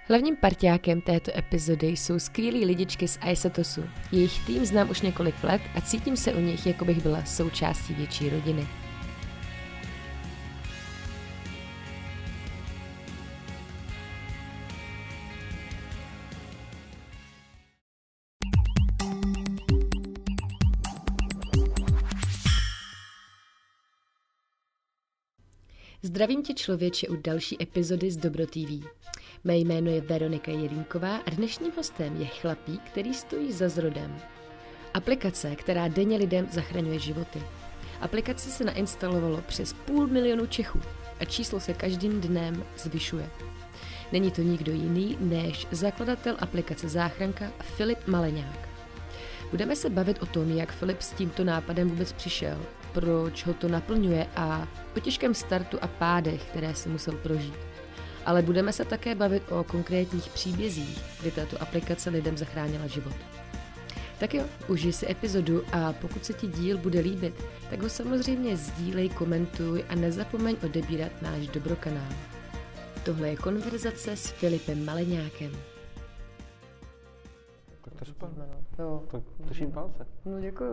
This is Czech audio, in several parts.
Hlavním parťákem této epizody jsou skvělí lidičky z iSetosu. Jejich tým znám už několik let a cítím se u nich, jako bych byla součástí větší rodiny. Zdravím tě, člověče, u další epizody z Dobro TV. Mé jméno je Veronika Jelínková a dnešním hostem je chlapík, který stojí za Zrodem. Aplikace, která denně lidem zachraňuje životy. Aplikace se nainstalovalo přes 500 000 Čechů a číslo se každým dnem zvyšuje. Není to nikdo jiný než zakladatel aplikace Záchranka Filip Maleňák. Budeme se bavit o tom, jak Filip s tímto nápadem vůbec přišel, proč ho to naplňuje a o těžkém startu a pádech, které si musel prožít. Ale budeme se také bavit o konkrétních příbězích, kdy tato aplikace lidem zachránila život. Tak jo, užij si epizodu a pokud se ti díl bude líbit, tak ho samozřejmě sdílej, komentuj a nezapomeň odebírat náš Dobro kanál. Tohle je konverzace s Filipem Maleňákem. Tak to je super. Jo. Tak držím palce. No děkuju.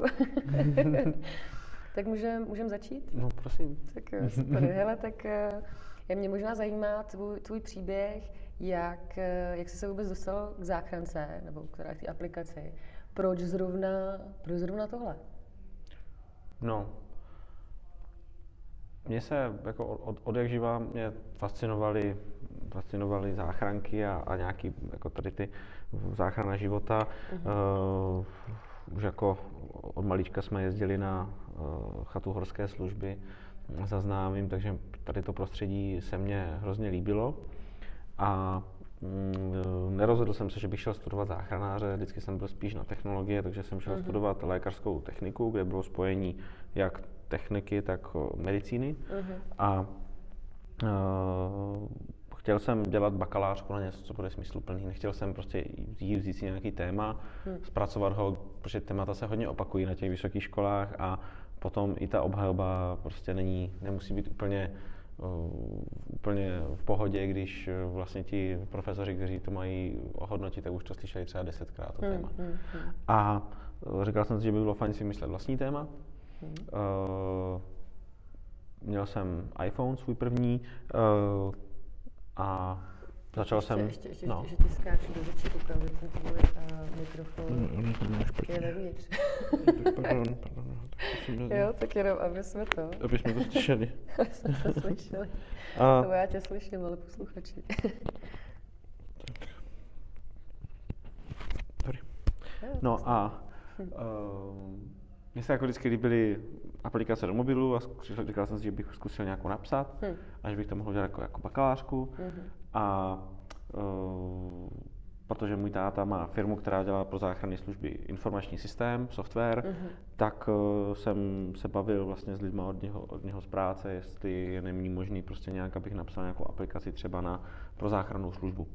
Tak můžem začít? No prosím. Tak jo, super. Hele, tak mě možná zajímá tvůj příběh, jak jsi se vůbec dostal k záchrance, nebo k té aplikaci. Proč zrovna tohle? No, mě se jako od jak živá mě fascinovaly záchranky a nějaký jako tady ty záchrana života. Už jako od malička jsme jezdili na chatu horské služby za známým, takže tady to prostředí se mně hrozně líbilo. A nerozhodl jsem se, že bych šel studovat záchranáře, vždycky jsem byl spíš na technologie, takže jsem šel studovat lékařskou techniku, kde bylo spojení jak techniky, tak medicíny. A chtěl jsem dělat bakalářku na něco, co bude smysluplný. Nechtěl jsem prostě jít vzít si nějaký téma, zpracovat ho, protože témata se hodně opakují na těch vysokých školách a potom i ta obhajoba prostě nemusí být úplně v pohodě, když vlastně ti profesoři, kteří to mají ohodnotit, tak už to slyšeli třeba 10krát to téma. A říkal jsem si, že by bylo fajn si vymyslet vlastní téma. Měl jsem iPhone svůj první a začal jsem... Ještě ti skáču do řeči, koukám, že ten tvůj mikrofon je vevnitř. Pardon. Jo, tak jenom, aby jsme to slyšeli. Aby jsme to slyšeli. To já tě slyším, ale posluchači. Sorry. No a mně se jako vždycky líbily aplikace do mobilu a říkal jsem si, že bych zkusil nějakou napsat a že bych to mohl dělat jako bakalářku. A protože můj táta má firmu, která dělá pro záchranné služby informační systém, software, tak jsem se bavil vlastně s lidmi od něho z práce, jestli je není možný prostě nějak, abych napsal nějakou aplikaci třeba pro záchrannou službu.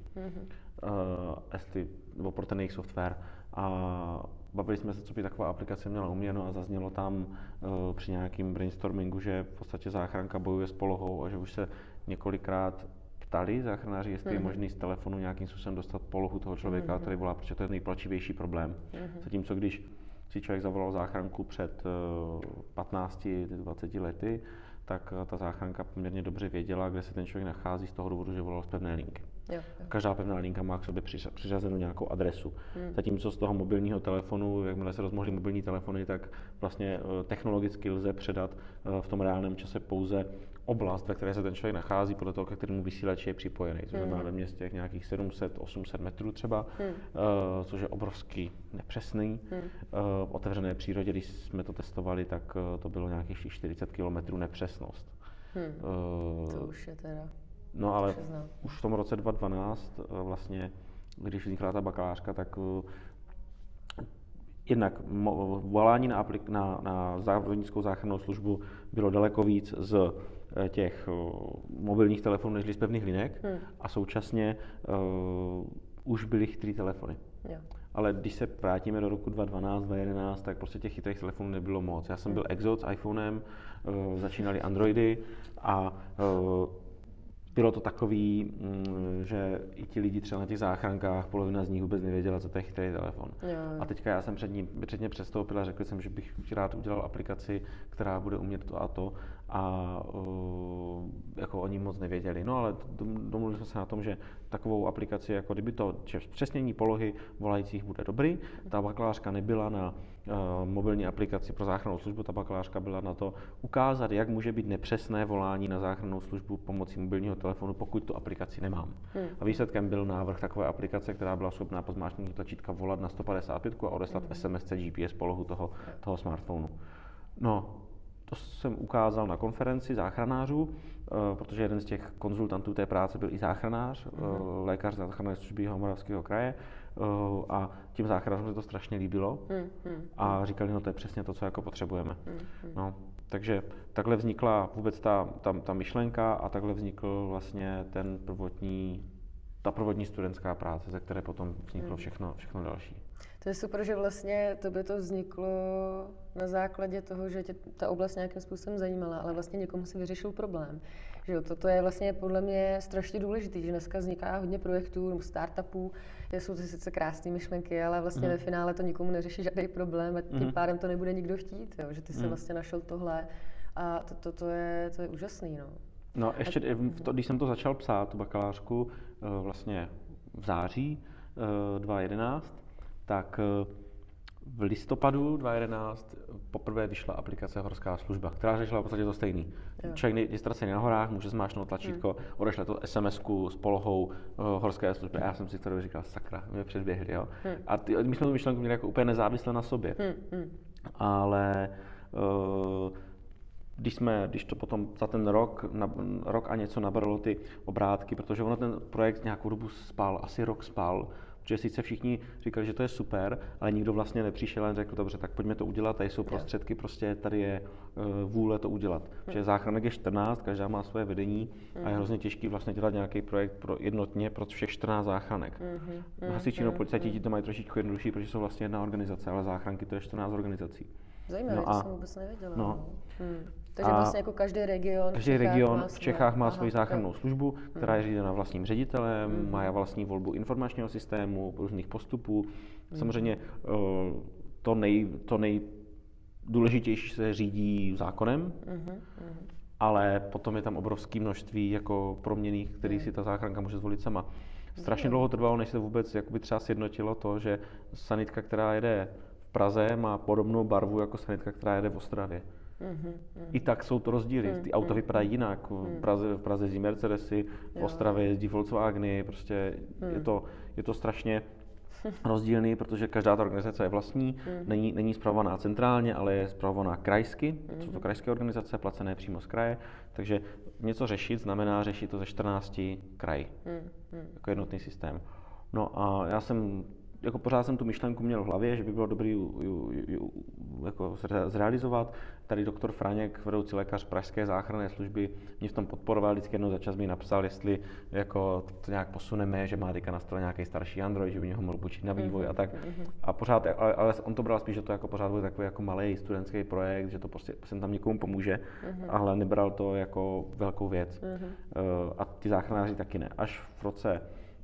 Nebo pro ten jejich software. A bavili jsme se, co by taková aplikace měla uměno a zaznělo tam při nějakým brainstormingu, že v podstatě záchranka bojuje s polohou a že už se několikrát ptali záchranáři, jestli je možný z telefonu nějakým způsobem dostat polohu toho člověka, který volá, protože to je nejpalčivější problém. Zatímco když si člověk zavolal záchranku před 15-20 lety, tak ta záchranka poměrně dobře věděla, kde se ten člověk nachází z toho důvodu, že volal z pevné linky. Jo. Každá pevná linka má k sobě přiřazenou nějakou adresu. Zatímco z toho mobilního telefonu, jakmile se rozmohly mobilní telefony, tak vlastně technologicky lze předat v tom reálném čase pouze oblast, ve které se ten člověk nachází, podle toho, ke kterému vysílač je připojený. To znamená ve městě nějakých 700-800 metrů třeba, což je obrovský nepřesný. V otevřené přírodě, když jsme to testovali, tak to bylo nějakých 40 km nepřesnost. To už je teda... No ale už v tom roce 2012 vlastně, když vznikla ta bakalářka, tak jednak volání na zdravotnickou záchrannou službu bylo daleko víc z těch mobilních telefonů než z pevných linek a současně už byly chytrý telefony. Jo. Ale když se vrátíme do roku 2012, 2011, tak prostě těch chytrých telefonů nebylo moc. Já jsem byl exot s iPhonem, začínaly Androidy a bylo to takový, že i ti lidi třeba na těch záchrankách, polovina z nich vůbec nevěděla, co to je chytrý telefon. Jo. A teďka já jsem před ně předstoupil a řekl jsem, že bych rád udělal aplikaci, která bude umět to a to. A jako oni moc nevěděli. No ale domluvili jsme se na tom, že takovou aplikaci, jako kdyby to, že zpřesnění polohy volajících bude dobrý. Ta bakalářka nebyla na mobilní aplikaci pro záchrannou službu, ta bakalářka byla na to ukázat, jak může být nepřesné volání na záchrannou službu pomocí mobilního telefonu, pokud tu aplikaci nemám. A výsledkem byl návrh takové aplikace, která byla schopná po zmáčknutí tlačítka volat na 155 a odeslat SMS GPS polohu toho smartphonu. No, to jsem ukázal na konferenci záchranářů, protože jeden z těch konzultantů té práce byl i záchranář, lékař záchranné služby Jihomoravského kraje, a tím záchranářům se to strašně líbilo a říkali, no to je přesně to, co jako potřebujeme. No, takže takhle vznikla vůbec ta myšlenka a takhle vznikl vlastně ta prvotní studentská práce, ze které potom vzniklo všechno další. To je super, že vlastně tobě to vzniklo na základě toho, že tě ta oblast nějakým způsobem zajímala, ale vlastně někomu si vyřešil problém. Že jo, toto je vlastně podle mě strašně důležitý, že dneska vzniká hodně projektů nebo startupů, jsou to sice krásné myšlenky, ale vlastně ve finále to nikomu neřeší žádný problém a tím pádem to nebude nikdo chtít, jo, že ty jsi vlastně našel tohle a to je úžasný. No ještě, když jsem to začal psát, tu bakalářku, vlastně v září 2011, tak v listopadu 2011 poprvé vyšla aplikace Horská služba, která řešila v podstatě to stejný. Člověk je ztracený na horách, může zmáčknout tlačítko, odešle to SMS-ku s polohou Horské služby. A já jsem si to říkal, sakra, mě předběhli. Jo. A my jsme tu myšlenku měli jako úplně nezávisle na sobě. Ale když to potom za ten rok a něco nabralo ty obrátky, protože ono ten projekt nějakou dobu spal, asi rok spal, protože sice všichni říkali, že to je super, ale nikdo vlastně nepřišel a řekl, dobře, tak pojďme to udělat, tady jsou prostředky, prostě tady je vůle to udělat. Protože záchranek je 14, každá má svoje vedení a je hrozně těžký vlastně dělat nějaký projekt jednotně pro všech 14 záchranek. Hasiči nebo policajti ti to mají trošičku jednodušší, protože jsou vlastně jedna organizace, ale záchranky to je 14 organizací. Zajímavé, to jsem vůbec nevěděla. Takže vlastně jako každý region v Čechách má svoji záchrannou službu, která je řízena vlastním ředitelem, má vlastní volbu informačního systému, různých postupů. Samozřejmě to nejdůležitější se řídí zákonem, ale potom je tam obrovské množství jako proměnných, který si ta záchranka může zvolit sama. Strašně dlouho trvalo, než se vůbec jakoby třeba sjednotilo to, že sanitka, která jede v Praze, má podobnou barvu jako sanitka, která jede v Ostravě. I tak jsou to rozdíly. Ty auta vypadají jinak. V Praze jezdí Mercedesy, v Ostravě jezdí Volkswageny. Prostě je to strašně rozdílný, protože každá ta organizace je vlastní. Není spravovaná centrálně, ale je spravovaná krajsky. Jsou to krajské organizace, placené přímo z kraje. Takže něco řešit znamená řešit to ze 14 krajů. Jako jednotný systém. No a já jsem jako pořád jsem tu myšlenku měl v hlavě, že by bylo dobré jako zrealizovat. Tady doktor Franěk, vedoucí lékař Pražské záchranné služby, mě v tom podporoval, vždycky jednou za čas mi napsal, jestli jako to nějak posuneme, že má teďka na stole nějaký starší Android, že by mě ho mohl učit na vývoj a tak. A pořád, ale on to bral spíš, že to jako pořád bude takový jako malý studentský projekt, že to prostě sem tam někomu pomůže, ale nebral to jako velkou věc. A ty záchranáři taky ne. Až v roce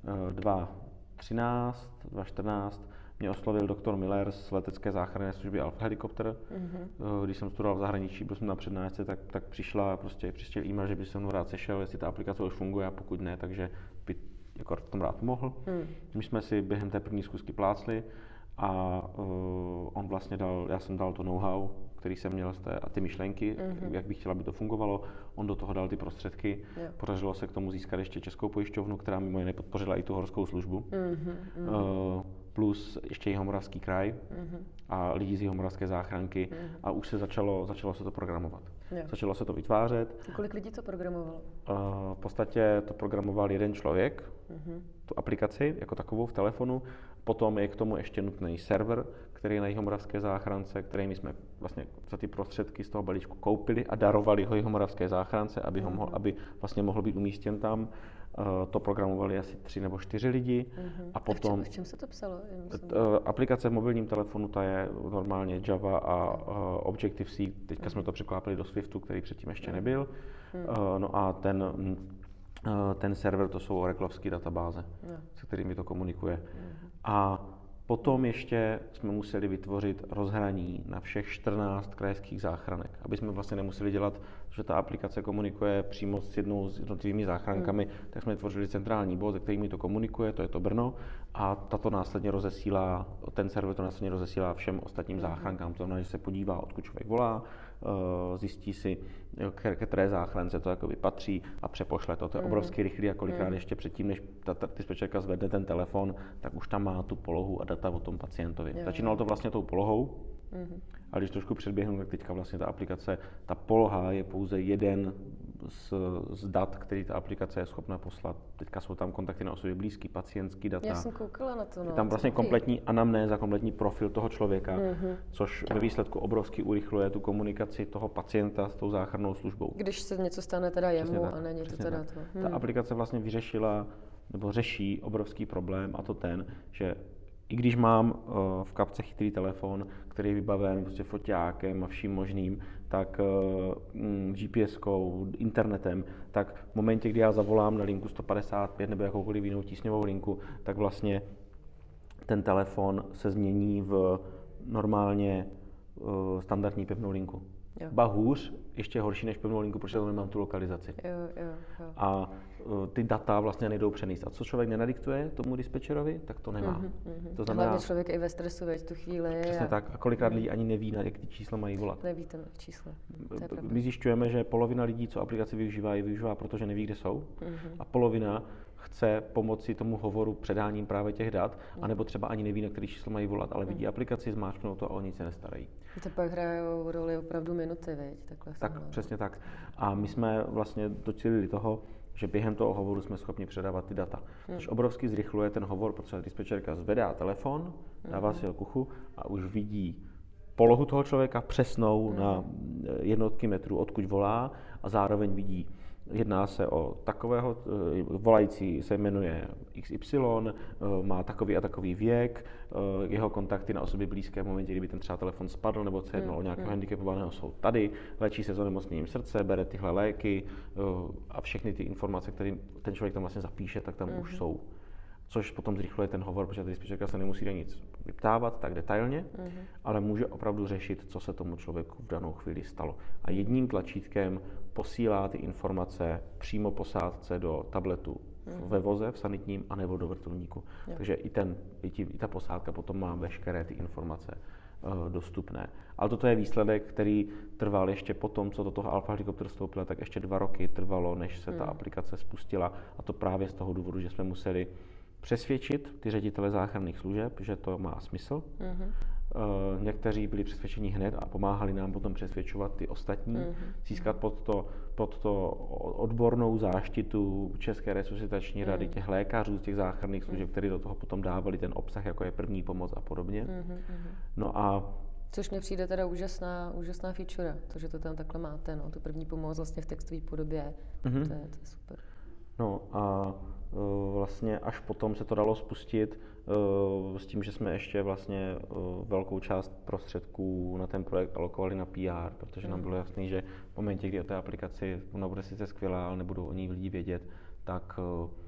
2014 mě oslovil doktor Miller z letecké záchranné služby Alfa Helikopter. Když jsem studoval v zahraničí, byl jsem na přednášce, tak přišel e-mail, že by se mnou rád sešel, jestli ta aplikace už funguje a pokud ne, takže by jako tom rád pomohl. My jsme si během té první zkusky plácli a on vlastně já jsem dal to know-how, který jsem měl a ty myšlenky, jak bych chtěla, aby to fungovalo. On do toho dal ty prostředky. Podařilo se k tomu získat ještě Českou pojišťovnu, která mimo jiné podpořila i tu horskou službu. Plus ještě Jihomoravský kraj a lidi z Jihomoravské záchranky a už se začalo se to programovat. Začalo se to vytvářet. Kolik lidí to programovalo? V podstatě to programoval jeden člověk, tu aplikaci jako takovou v telefonu. Potom je k tomu ještě nutný server, který je na Jihomoravské záchrance, který my jsme vlastně za ty prostředky z toho balíčku koupili a darovali ho Jihomoravské záchrance, aby vlastně mohl být umístěn tam. To programovali asi 3 nebo 4 lidi. A potom v čem se to psalo? Aplikace v mobilním telefonu, ta je normálně Java a Objective-C. Teďka jsme to překlápili do Swiftu, který předtím ještě nebyl. No a ten ten server, to jsou oraclovské databáze, se kterými to komunikuje. A potom ještě jsme museli vytvořit rozhraní na všech 14 krajských záchranek, aby jsme vlastně nemuseli dělat, že ta aplikace komunikuje přímo s jednou z jednotlivými záchrankami, tak jsme vytvořili centrální bod, se kterými to komunikuje, to je to Brno, a tato následně rozesílá, ten server to následně rozesílá všem ostatním záchrankám. To znamená, že se podívá, odkud člověk volá, zjistí si, ke které záchrance to jakoby patří a přepošle to. To je obrovský rychlý a kolikrát ještě předtím, než ta dispečerka zvedne ten telefon, tak už tam má tu polohu a data o tom pacientovi. Začínalo to vlastně tou polohou, ale když trošku předběhnu, tak teďka vlastně ta aplikace, ta poloha je pouze jeden z dat, který ta aplikace je schopna poslat. Teďka jsou tam kontakty na osobě blízký, pacientský data. Já jsem koukala na to. Je tam vlastně kompletní anamnéza, kompletní profil toho člověka, což ve výsledku obrovsky urychluje tu komunikaci toho pacienta s tou záchrannou službou. Když se něco stane teda jemu a není to teda to. Ta aplikace vlastně vyřešila nebo řeší obrovský problém, a to ten, že i když mám v kapse chytrý telefon, který je vybaven prostě foťákem a vším možným, tak GPS-kou, internetem, tak v momentě, kdy já zavolám na linku 155 nebo jakoukoliv jinou tísňovou linku, tak vlastně ten telefon se změní v normálně standardní pevnou linku. Ba hůř, ještě horší než pevnou linku, protože tam nemám tu lokalizaci. Jo. A ty data vlastně nejdou přenést. A co člověk nenadiktuje tomu dispečerovi, tak to nemá. To znamená, hlavně člověk i ve stresu, veď tu chvíli. Přesně tak. A kolikrát lidí ani neví, na jak ty čísla mají volat. Neví ten číslo. My zjišťujeme, že polovina lidí, co aplikaci využívá, protože neví, kde jsou. A polovina chce pomoci tomu hovoru předáním právě těch dat, anebo třeba ani neví, na který číslo mají volat, ale vidí aplikaci, zmáčknou to a o nic se nestarají. To pak hrajou roli opravdu minuty, viď? Tak, přesně tak. A my jsme vlastně docílili toho, že během toho hovoru jsme schopni předávat ty data. Což obrovsky zrychluje ten hovor, protože dispečerka zvedá telefon, dává si ho k uchu a už vidí polohu toho člověka přesnou na jednotky metrů, odkud volá, a zároveň vidí, jedná se o takového, volající se jmenuje XY, má takový a takový věk, jeho kontakty na osoby blízké v momentě, kdyby ten třeba telefon spadl nebo se jednalo o nějakého handicapovaného, jsou tady, léčí se s onemocněním srdce, bere tyhle léky a všechny ty informace, které ten člověk tam vlastně zapíše, tak tam už jsou. Což potom zrychluje ten hovor, protože ta dispečerka se nemusí do nic vyptávat tak detailně, ale může opravdu řešit, co se tomu člověku v danou chvíli stalo. A jedním tlačítkem posílá ty informace přímo posádce do tabletu ve voze, v sanitním, anebo do vrtulníku. Takže i ta posádka potom má veškeré ty informace dostupné. Ale toto je výsledek, který trval ještě potom, co do toho Alfa Helikopter vstoupila, tak ještě 2 roky trvalo, než se ta aplikace spustila. A to právě z toho důvodu, že jsme museli přesvědčit ty ředitele záchranných služeb, že to má smysl. Někteří byli přesvědčeni hned a pomáhali nám potom přesvědčovat ty ostatní, získat pod to odbornou záštitu České resuscitační rady, těch lékařů z těch záchranných služeb, kteří do toho potom dávali ten obsah, jako je první pomoc a podobně. No a což mně přijde teda úžasná feature, to, že to tam takhle máte, no, tu první pomoc vlastně v textové podobě, to je super. No a vlastně až potom se to dalo spustit s tím, že jsme ještě vlastně velkou část prostředků na ten projekt alokovali na PR, protože nám bylo jasný, že v momentě, kdy o té aplikaci ona bude sice skvělá, ale nebudou o ní lidi vědět, tak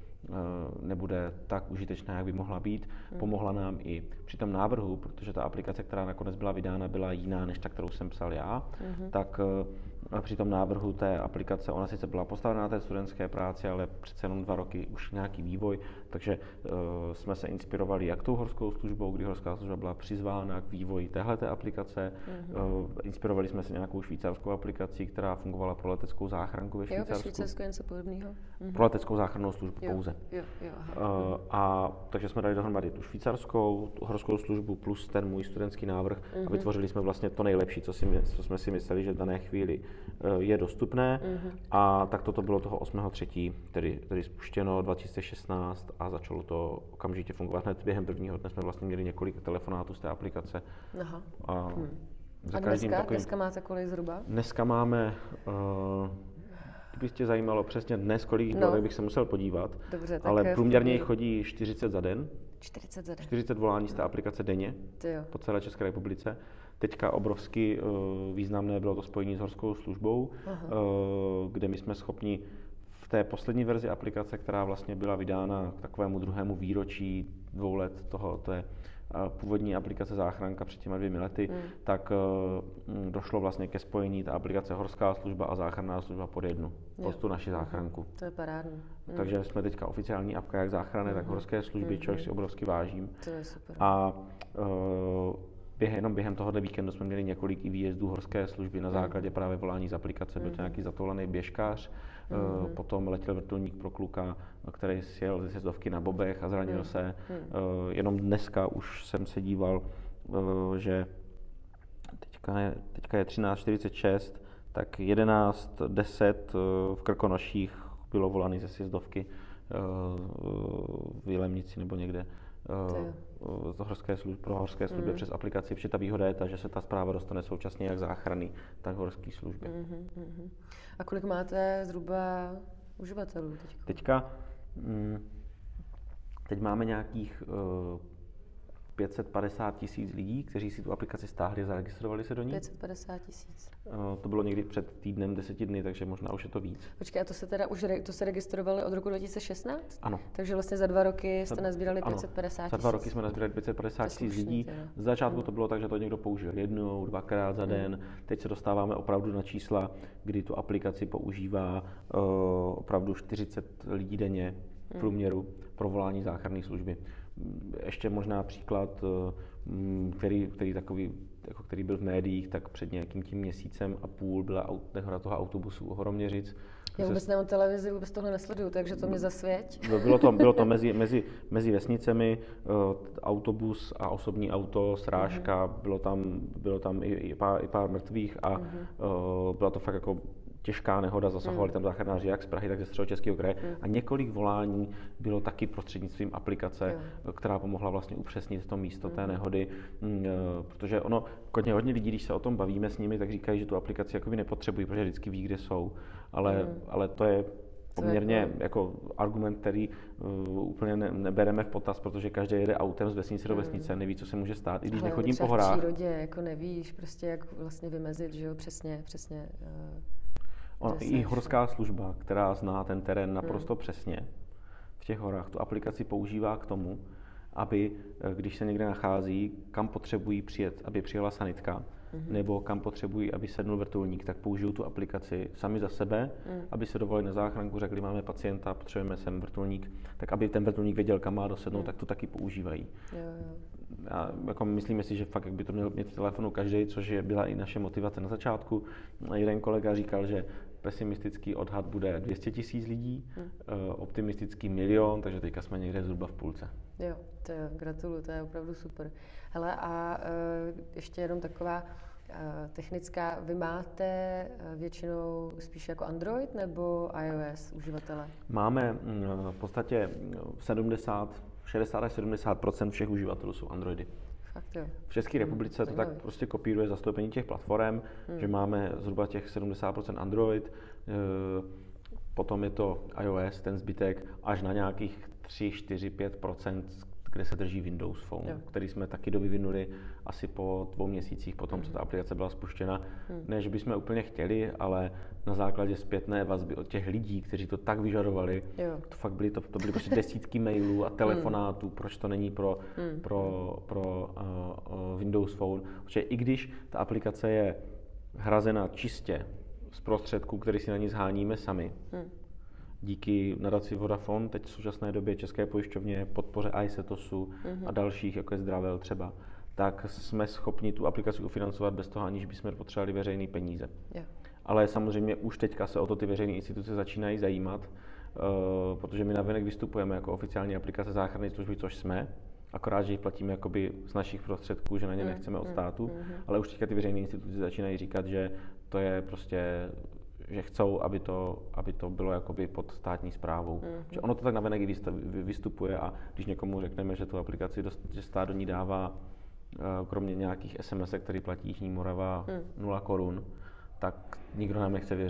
nebude tak užitečná, jak by mohla být. Pomohla nám i při tom návrhu, protože ta aplikace, která nakonec byla vydána, byla jiná než ta, kterou jsem psal já, tak při tom návrhu té aplikace, ona sice byla postavena na té studentské práci, ale přece jenom 2 roky už nějaký vývoj, takže jsme se inspirovali jak tou horskou službou, kdy horská služba byla přizvána k vývoji téhleté aplikace. Inspirovali jsme se nějakou švýcarskou aplikací, která fungovala pro leteckou záchranku ve Švýcarsku. Jo, ve Švýcarsku něco podobného. Pro leteckou záchrannou službu pouze. A takže jsme dali dohromady tu švýcarskou, tu horskou službu plus ten můj studentský návrh a vytvořili jsme vlastně to nejlepší, co jsme si mysleli, že v dané chvíli je dostupné. A tak toto bylo toho 8.3., tedy spuštěno 2016 a začalo to okamžitě fungovat. Hned během prvního dne jsme vlastně měli několik telefonátů z té aplikace. A dneska máte kolik zhruba? Dneska máme, kdyby tě zajímalo přesně dnes, kolik bylo, tak bych se musel podívat. Dobře, ale průměrně jich chodí 40 za den. 40 za den. 40 volání z té aplikace denně po celé České republice. Teďka obrovsky významné bylo to spojení s horskou službou, kde my jsme schopni v té poslední verzi aplikace, která vlastně byla vydána k takovému druhému výročí 2 let toho, té původní aplikace Záchranka před těma 2 lety, tak došlo vlastně ke spojení ta aplikace Horská služba a záchranná služba pod jednu, pod tu naši záchranku. To je parádní. Takže jsme teďka oficiální apka jak záchranné, tak horské služby, čehož si obrovsky vážím. To je super. A jenom během tohoto víkendu jsme měli několik i výjezdů horské služby na základě právě volání z aplikace. Byl to nějaký zatoulaný běžkař, potom letěl vrtulník pro kluka, který sjel ze sjezdovky na bobech a zranil se. Jenom dneska už jsem se díval, že teďka je 13:46, tak 11:10 v Krkonoších bylo volaný ze sjezdovky v Jilemnici nebo někde. Pro horské služby přes aplikaci, protože ta výhoda je ta, že se ta zpráva dostane současně jak záchranný, tak horské služby. A kolik máte zhruba uživatelů teďka? Teď máme nějakých 550 000 lidí, kteří si tu aplikaci stáhli a zaregistrovali se do ní. 550 000. To bylo někdy před týdnem, 10 dny, takže možná už je to víc. Počkej, a to se teda to se registrovali od roku 2016? Ano. Takže vlastně za 2 roky jste nazbírali 550 000. Za 2 roky jsme nazbírali 550 000 lidí. Z začátku to bylo tak, že to někdo použil 1, 2krát za den. Teď se dostáváme opravdu na čísla, kdy tu aplikaci používá opravdu 40 lidí denně v průměru pro volání záchranné služby. Ještě možná příklad, který byl v médiích, tak před nějakým tím měsícem a půl byla nehoda toho autobusu u Horoměřic. Já vůbec nemám televizi, vůbec tohle nesleduju, takže to mě zasvěť. Bylo to mezi vesnicemi, autobus a osobní auto, srážka, bylo tam i pár mrtvých a byla to fakt jako těžká nehoda, zasahovali tam záchranáři jak z Prahy, tak ze Středočeského kraje a několik volání bylo taky prostřednictvím aplikace, která pomohla vlastně upřesnit to místo té nehody, protože hodně lidí, když se o tom bavíme s nimi, tak říkají, že tu aplikaci jakoby nepotřebují, protože vždycky ví, kde jsou, ale to je poměrně jako argument, který úplně nebereme v potaz, protože každý jede autem z vesnice do vesnice, neví, co se může stát, i když nechodím po horách. V přírodě jako nevíš prostě, jak vlastně vymezit, že jo, přesně. I horská služba, která zná ten terén naprosto přesně v těch horách, tu aplikaci používá k tomu, aby, když se někde nachází, kam potřebují přijet, aby přijela sanitka, nebo kam potřebují, aby sednul vrtulník, tak použijou tu aplikaci sami za sebe, aby se dovolili na záchranku, řekli, máme pacienta, potřebujeme sem vrtulník, tak aby ten vrtulník věděl, kam má dosednout, tak to taky používají. A jako myslíme si, že fakt, jak by to měl mít v telefonu každý, což byla i naše motivace na začátku. Jeden kolega říkal, že pesimistický odhad bude 200 000 lidí, optimistický 1 000 000, takže teďka jsme někde zhruba v půlce. Jo, gratuluju, to je opravdu super. Hele, a ještě jenom taková technická, vy máte většinou spíš jako Android nebo iOS uživatele? Máme v podstatě 60 až 70% všech uživatelů jsou Androidy. Fakt jo. V České republice to tak prostě kopíruje zastoupení těch platform, že máme zhruba těch 70% Android, potom je to iOS, ten zbytek, až na nějakých 3, 4, 5%, kde se drží Windows Phone, který jsme taky dovyvinuli asi po 2 měsících po tom, co ta aplikace byla spuštěna. Ne, že bychom úplně chtěli, ale na základě zpětné vazby od těch lidí, kteří to tak vyžadovali, to fakt byly prostě desítky mailů a telefonátů, proč to není pro Windows Phone. Protože i když ta aplikace je hrazena čistě z prostředků, které si na ní zháníme sami, díky nadaci Vodafone, teď v současné době České pojišťovně, podpoře iSetosu a dalších, jako je Zdravel třeba, tak jsme schopni tu aplikaci ufinancovat bez toho, aniž bychom potřebovali veřejné peníze. Ale samozřejmě už teďka se o to ty veřejné instituce začínají zajímat, protože my navenek vystupujeme jako oficiální aplikace záchranné služby, což jsme, akorát, že jich platíme jakoby z našich prostředků, že na ně nechceme od státu, ale už teďka ty veřejné instituce začínají říkat, že to je prostě, že chcou, aby to bylo jakoby pod státní správou. Že ono to tak navenek i vystupuje a když někomu řekneme, že tu aplikaci, že stát do ní dává kromě nějakých SMS, který platí Jižní Morava 0 korun, tak nikdo nám nechce věřit.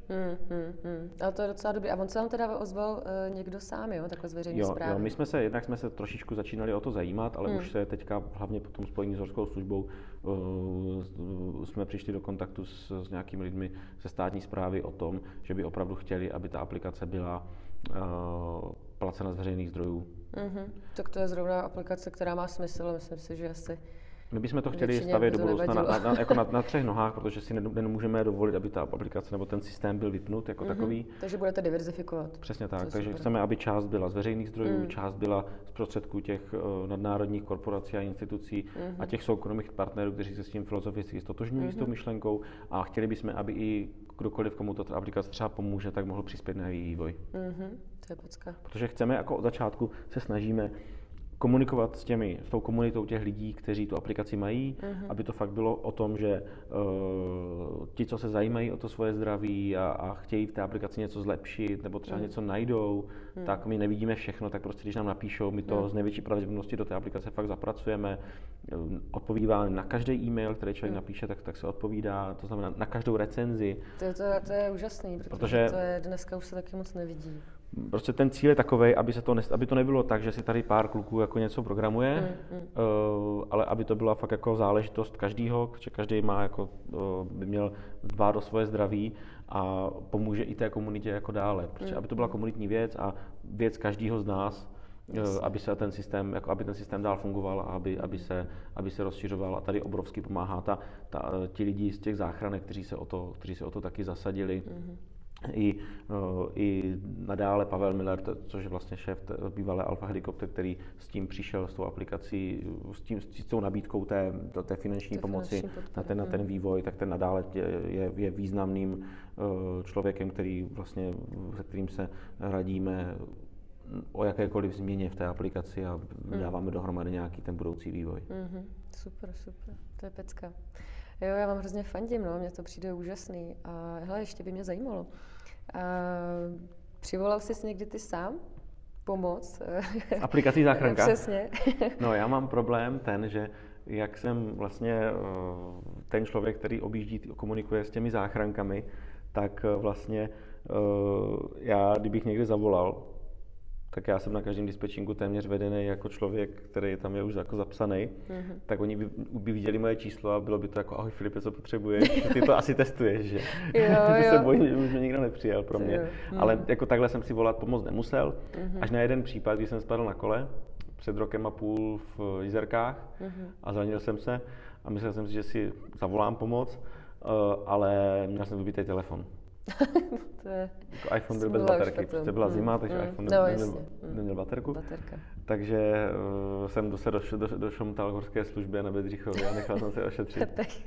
Ale to je docela dobrý. A on se vám teda ozval někdo sám, jo? Takhle z veřejné zprávy? Jo, jednak jsme se trošičku začínali o to zajímat, ale už se teďka hlavně po tom spojení s horskou službou jsme přišli do kontaktu s nějakými lidmi ze státní správy o tom, že by opravdu chtěli, aby ta aplikace byla placena z veřejných zdrojů. Tak to je zrovna aplikace, která má smysl, myslím si, že asi... My bychom to chtěli stavět do budoucna jako na 3 nohách, protože si nemůžeme dovolit, aby ta aplikace nebo ten systém byl vypnut jako takový. Takže budete diverzifikovat. Přesně tak, takže chceme, aby část byla z veřejných zdrojů, část byla z prostředků těch nadnárodních korporací a institucí a těch soukromých partnerů, kteří se s tím filozoficky stotožňují s tou myšlenkou, a chtěli bychom, aby i kdokoliv, komu ta aplikace třeba pomůže, tak mohl přispět na její vývoj. To je pecka. Protože chceme, jako od začátku se snažíme komunikovat s tou komunitou těch lidí, kteří tu aplikaci mají, aby to fakt bylo o tom, že ti, co se zajímají o to svoje zdraví a chtějí v té aplikaci něco zlepšit nebo třeba něco najdou, tak my nevidíme všechno, tak prostě když nám napíšou, my to z největší pravděpodobnosti do té aplikace fakt zapracujeme, odpovídáme na každý e-mail, který člověk napíše, tak se odpovídá, to znamená na každou recenzi. To je úžasný, protože to je dneska už se taky moc nevidí. Prostě ten cíl je takovej, aby to nebylo tak, že si tady pár kluků jako něco programuje, ale aby to byla fakt jako záležitost každýho, že každý má jako, by měl dbát o svoje zdraví a pomůže i té komunitě jako dále. Protože aby to byla komunitní věc a věc každýho z nás, aby ten systém dál fungoval a aby se rozšiřoval. A tady obrovsky pomáhá ti lidi z těch záchranek, kteří se o to taky zasadili. I nadále Pavel Miller, což je vlastně šéf bývalé Alfa Helikopter, který s tím přišel, s tou aplikací, s tou nabídkou té finanční pomoci na ten vývoj, tak ten nadále je významným člověkem, se kterým se radíme o jakékoliv změně v té aplikaci a dáváme dohromady nějaký ten budoucí vývoj. Super, to je pecka. Jo, já vám hrozně fandím, mně to přijde úžasný. A hele, ještě by mě zajímalo, přivolal jsi někdy ty sám pomoc? Aplikací záchranka? Přesně. No, já mám problém ten, že jak jsem vlastně ten člověk, který objíždí, komunikuje s těmi záchrankami, tak vlastně já, kdybych někdy zavolal, tak já jsem na každém dispečinku téměř vedený jako člověk, který tam je už jako zapsaný, tak oni by viděli moje číslo a bylo by to jako ahoj Filipe, co potřebuješ, ty to asi testuješ, že? Jo. Se bojím, že už mě nikdo nepřijel pro mě. Ale jako takhle jsem si volat pomoc nemusel, až na jeden případ, když jsem spadl na kole před 1,5 roku v Jizerkách a zranil jsem se a myslel jsem si, že si zavolám pomoc, ale měl jsem vybitý telefon. Jako iPhone byl bez baterky, protože byla zima, takže iPhone neměl baterku. Takže jsem se došomtal k horské službě na Bedřichově a nechal jsem se ošetřit.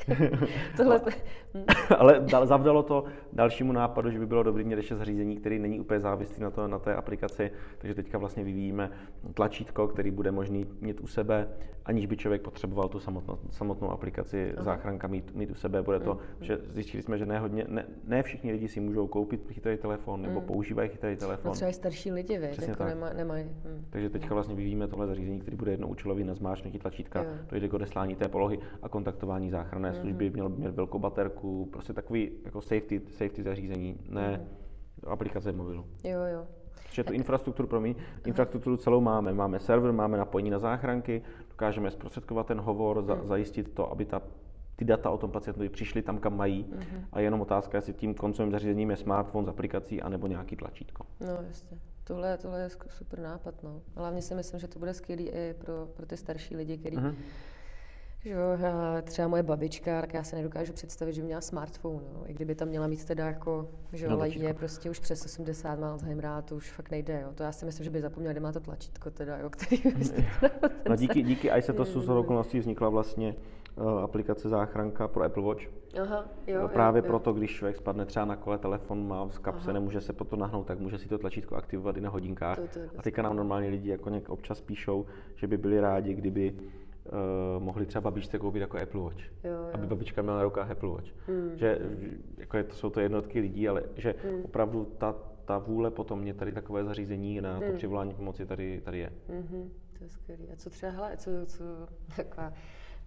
Ale zavdalo to dalšímu nápadu, že by bylo dobré mít ještě zařízení, který není úplně závislý na té aplikaci, takže teďka vlastně vyvíjíme tlačítko, který bude možný mít u sebe, aniž by člověk potřeboval tu samotnou aplikaci záchranka mít u sebe. Bude to, že zjistili jsme, že ne všichni lidi si můžou koupit chytrý telefon nebo používají chytrý telefon. Třeba i starší lidi, jako nemají. Takže teďka vlastně vyvíjíme tohle zařízení, který bude jednoúčelový na zmáčknutí tlačítka, dojde k odeslání té polohy a kontaktování záchranné služby, měl velkou baterku, prostě takový jako safety zařízení, ne aplikace mobilu. Jo. Protože tu infrastrukturu celou máme. Máme server, máme napojení na záchranky, dokážeme zprostředkovat ten hovor, zajistit to, aby ty data o tom pacientovi přišly tam, kam mají. A jenom otázka, jestli tím koncovým zařízením je smartphone s aplikací anebo nějaký tlačítko. No jasně. Tohle je super nápad, no. Hlavně si myslím, že to bude skvělý i pro ty starší lidi, který že třeba moje babička, tak já se nedokážu představit, že by měla smartphone, no. I kdyby tam měla mít teda jako, že je prostě už přes 80, má Alzheimera, to už fakt nejde, jo. To já si myslím, že by zapomněla, kde má to tlačítko teda, jo, který No díky iSetosu z okolností vznikla vlastně aplikace záchranka pro Apple Watch. Právě proto, když člověk spadne třeba na kole, telefon má v kapse, nemůže se po to nahnout, tak může si to tlačítko aktivovat i na hodinkách. A teďka nám normálně lidi jako občas píšou, že by byli rádi, kdyby mohli třeba babičce koupit jako Apple Watch, aby babička měla na rukách Apple Watch. Že jako jsou to jednotky lidí, ale že opravdu ta vůle potom mě tady takové zařízení na to přivolání pomoci tady je. To je skvělý. A co třeba, co taková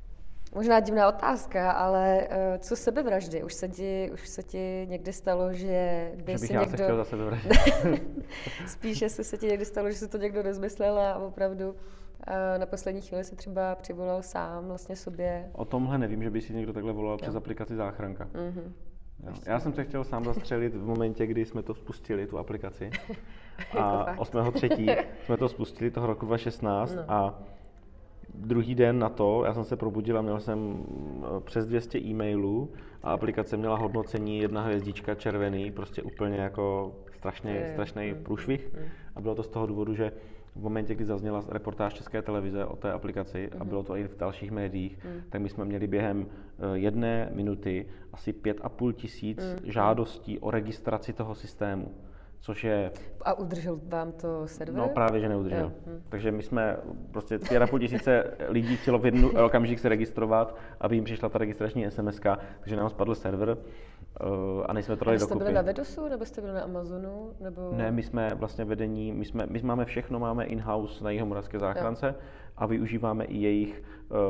Možná divná otázka, ale co sebevraždy? Už se ti někdy stalo, že by Že bych si já někdo... se chtěl zase zavraždit. Spíš, jestli se ti někdy stalo, že si to někdo rozmyslel a opravdu na poslední chvíli se třeba přivolal sám vlastně sobě. O tomhle nevím, že by si někdo takhle volal přes aplikaci Záchranka. Mm-hmm. Já jsem se chtěl sám zastřelit v momentě, kdy jsme to spustili, tu aplikaci. A 8.3. jsme to spustili toho roku 2016 a druhý den na to, já jsem se probudil a měl jsem přes 200 e-mailů a aplikace měla hodnocení 1 hvězdička červený, prostě úplně jako strašný průšvih. A bylo to z toho důvodu, že v momentě, kdy zazněla reportáž České televize o té aplikaci a bylo to i v dalších médiích, tak my jsme měli během 1 minuty asi 5,5 tisíc žádostí o registraci toho systému. Což je... A udržel vám to server? No právě, že neudržel. Takže my jsme prostě 5,5 tisíce lidí chtělo v jeden okamžik se registrovat, aby jim přišla ta registrační SMS-ka, takže nám spadl server a než jsme to dali dokupy. Jste byli na Vedosu, nebo jste byli na Amazonu? Nebo... Ne, my jsme vlastně vedení, my máme všechno, máme in-house na Jihomoravské záchrance a využíváme i jejich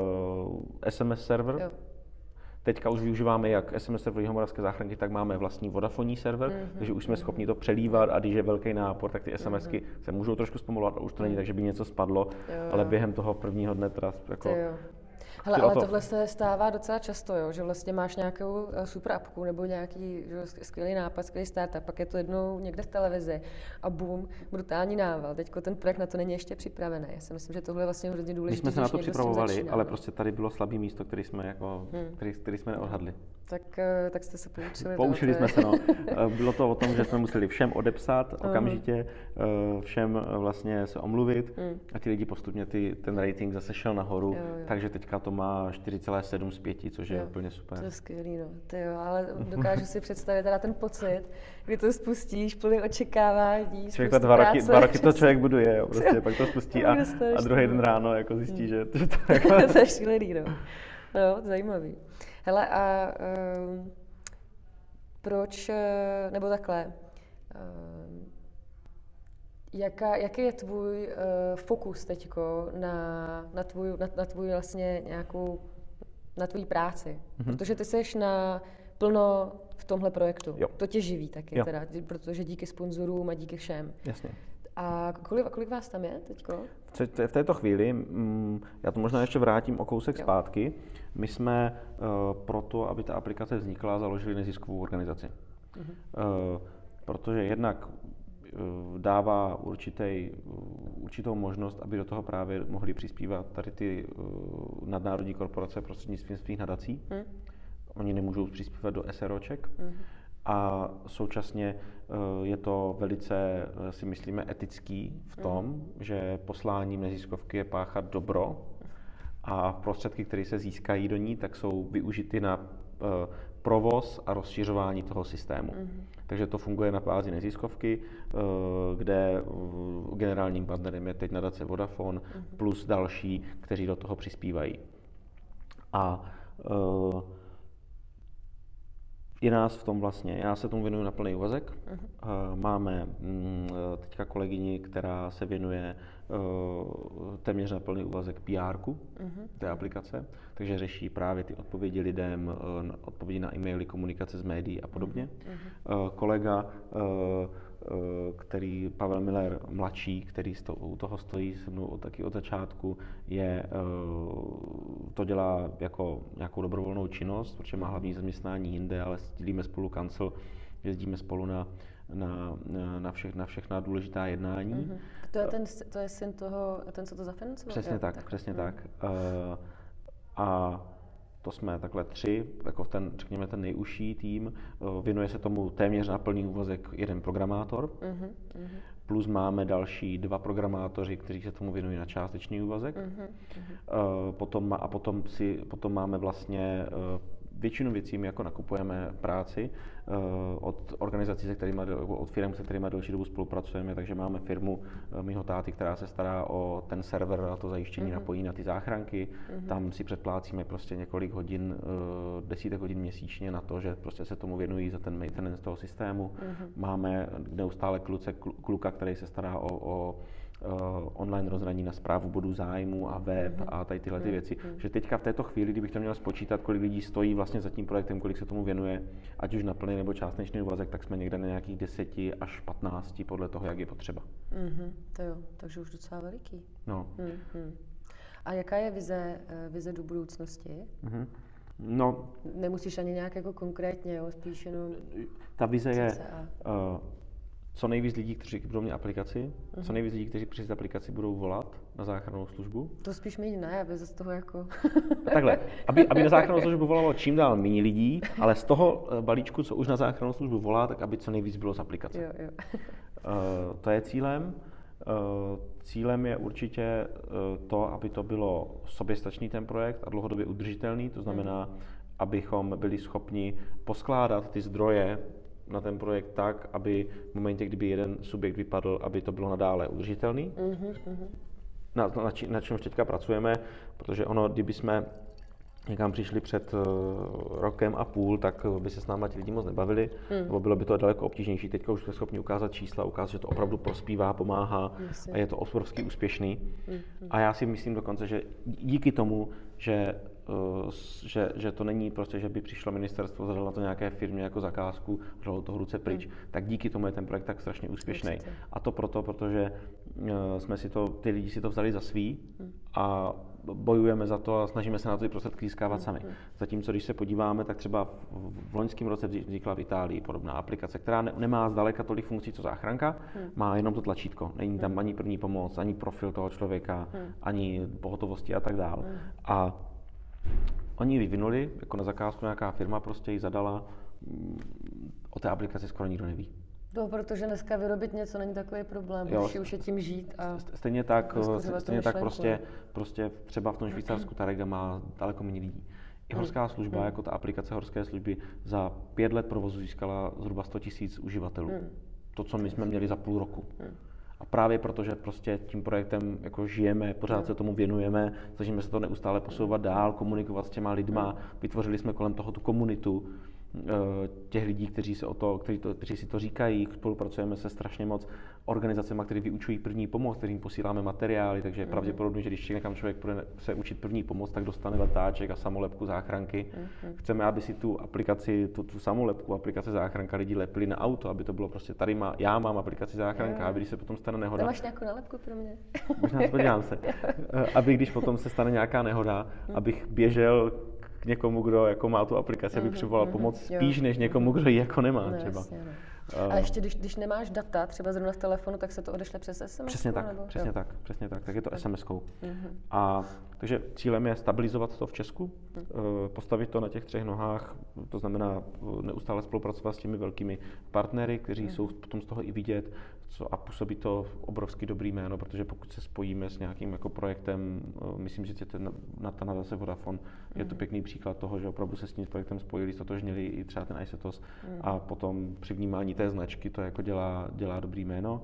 SMS server. Jo. Teďka už využíváme jak SMS server Jihomoravské záchranky, tak máme vlastní vodafonní server, takže už jsme schopni to přelívat a když je velký nápor, tak ty SMSky se můžou trošku zpomalovat a už to není tak, že by něco spadlo, ale během toho prvního dne teda jako... Hele, ale tohle se stává docela často, jo? Že vlastně máš nějakou super appku nebo nějaký skvělý nápad, skvělý startup, pak je to jednou někde v televizi a boom, brutální nával. Teďko ten projekt na to není ještě připravený. Já si myslím, že tohle je vlastně hodně důležité. My jsme se na to připravovali, ale prostě tady bylo slabý místo, který jsme jako, který jsme neodhadli. Tak jste se poučili. Poučili jsme se, no. Bylo to o tom, že jsme museli všem odepsat okamžitě, všem vlastně se omluvit a ti lidi postupně ten rating zase šel nahoru, takže teďka to má 4,7 z 5, což je úplně super. To je skvělý, no. Ale dokážu si představit teda ten pocit, kdy to spustíš, plný očekávání. Člověk dva roky to člověk buduje, jo, prostě, pak to spustí a druhý den ráno jako zjistí, že to jako... To je šílený, no. No, zajímavý. Hele, a proč, nebo takhle, jaký je tvůj fokus teďko na tvůj vlastně nějakou, na tvůj práci? Protože ty seš plno v tomhle projektu. Jo. To tě živí taky, teda, protože díky sponzorům a díky všem. Jasně. A kolik vás tam je teďko? V této chvíli, já to možná ještě vrátím o kousek zpátky, my jsme proto, aby ta aplikace vznikla, založili neziskovou organizaci. Protože jednak dává určitou možnost, aby do toho právě mohli přispívat tady ty nadnárodní korporace prostřednictvím svých nadací. Oni nemůžou přispívat do SROček. A současně je to velice, si myslíme, etický v tom, že posláním neziskovky je páchat dobro a prostředky, které se získají do ní, tak jsou využity na provoz a rozšiřování toho systému. Takže to funguje na bázi neziskovky, kde generálním partnerem je teď nadace Vodafone plus další, kteří do toho přispívají. A je nás v tom vlastně, já se tomu věnuju na plný úvazek. Máme teďka kolegyni, která se věnuje téměř na plný úvazek PR-ku té aplikace, takže řeší právě ty odpovědi lidem, odpovědi na e-maily, komunikace s médií a podobně. Kolega, který Pavel Miller mladší, který u toho stojí se mnou taky od začátku, to dělá jako nějakou dobrovolnou činnost, protože má hlavní zaměstnání jinde, ale sdílíme spolu kancel, jezdíme spolu na všechna důležitá jednání. To je syn toho, ten, co to zafinancoval? Přesně tak. A to jsme takhle 3, jako řekněme ten nejužší tým. Věnuje se tomu téměř na plný úvazek jeden programátor. Plus máme další 2 programátoři, kteří se tomu věnují na částečný úvazek. Potom máme vlastně většinu věcí my jako nakupujeme práci od organizací, od firm, se kterými delší dobu spolupracujeme, takže máme firmu mýho táty, která se stará o ten server a to zajištění napojení na ty záchranky. Tam si předplácíme prostě několik hodin, desítek hodin měsíčně na to, že prostě se tomu věnují za ten maintenance toho systému. Máme neustále kluka, který se stará o online rozhraní na správu bodů zájmu a web a tady tyhle ty věci. Že teďka v této chvíli, kdybych to měl spočítat, kolik lidí stojí vlastně za tím projektem, kolik se tomu věnuje, ať už na plný nebo částečný úvazek, tak jsme někde na nějakých 10 až 15 podle toho, jak je potřeba. To jo, takže už docela veliký. No. A jaká je vize do budoucnosti? No, Nemusíš ani nějak jako konkrétně, jo, spíš jenom... Ta vize je co nejvíc lidí, kteří budou mít aplikaci, co nejvíc lidí, kteří přes aplikaci budou volat na záchrannou službu. To spíš mít ne, aby z toho jako... Takhle, aby na záchrannou službu volalo čím dál méně lidí, ale z toho balíčku, co už na záchrannou službu volá, tak aby co nejvíc bylo z aplikace. Jo. To je cílem. Cílem je určitě to, aby to bylo soběstačný ten projekt a dlouhodobě udržitelný, to znamená, abychom byli schopni poskládat ty zdroje na ten projekt tak, aby v momentě, kdyby jeden subjekt vypadl, aby to bylo nadále udržitelný. Na čemž teďka pracujeme, protože ono, kdyby jsme někam přišli před rokem a půl, tak by se s náma ti lidi moc nebavili, nebo bylo by to daleko obtížnější. Teďka už jsme schopni ukázat čísla, ukázat, že to opravdu prospívá, pomáhá a je to obrovsky úspěšný. A já si myslím dokonce, že díky tomu, že to není prostě, že by přišlo ministerstvo, zadalo na to nějaké firmě jako zakázku, dalo to ruce pryč, tak díky tomu je ten projekt tak strašně úspěšný. A to proto, protože ty lidi si to vzali za svý a bojujeme za to a snažíme se na to ty prostředky získávat sami. Zatímco, když se podíváme, tak třeba v loňském roce vznikla v Itálii podobná aplikace, která nemá zdaleka tolik funkcí, co záchranka, má jenom to tlačítko. Není tam ani první pomoc, ani profil toho člověka, ani pohotovosti a tak dále. A oni ji vyvinuli, jako na zakázku nějaká firma prostě ji zadala, o té aplikaci skoro nikdo neví. No, protože dneska vyrobit něco není takový problém, už je tím žít a... Stejně tak prostě třeba v tom Švýcarsku ta Rega má daleko méně lidí. I horská služba, jako ta aplikace horské služby, za 5 let provozu získala zhruba 100 000 uživatelů. To, co my jsme měli za půl roku. A právě protože prostě tím projektem jako žijeme, pořád se tomu věnujeme, snažíme se to neustále posouvat dál, komunikovat s těma lidma, vytvořili jsme kolem toho tu komunitu těch lidí, kteří si to říkají, spolupracujeme se strašně moc organizacemi, které vyučují první pomoc, kterým posíláme materiály, takže je pravděpodobně, že když někam člověk bude se učit první pomoc, tak dostane letáček a samolepku záchranky. Chceme, aby si tu aplikaci, tu samolepku, aplikace záchranka lidi lepili na auto, aby to bylo prostě já mám aplikaci záchranka, aby když se potom stane nehoda. Máš nějakou nálepku pro mě? Možná podívám se. Aby když potom se stane nějaká nehoda, abych běžel k někomu, kdo jako má tu aplikaci, aby přivolal pomoc spíš než někomu, kdo ji jako nemá třeba. Jasně, no. A ještě když nemáš data, třeba zrovna v telefonu, tak se to odešle přes SMS? Přesně tak, tak je to SMS-kou. A takže cílem je stabilizovat to v Česku, postavit to na těch 3 nohách, to znamená neustále spolupracovat s těmi velkými partnery, kteří jsou potom z toho i vidět, a působí to obrovsky dobrý jméno, protože pokud se spojíme s nějakým jako projektem, myslím, že ta zase Vodafone je to pěkný příklad toho, že opravdu se s tím projektem spojili, stotožnili i třeba ten iSetos a potom při vnímání té značky to jako dělá dobrý jméno.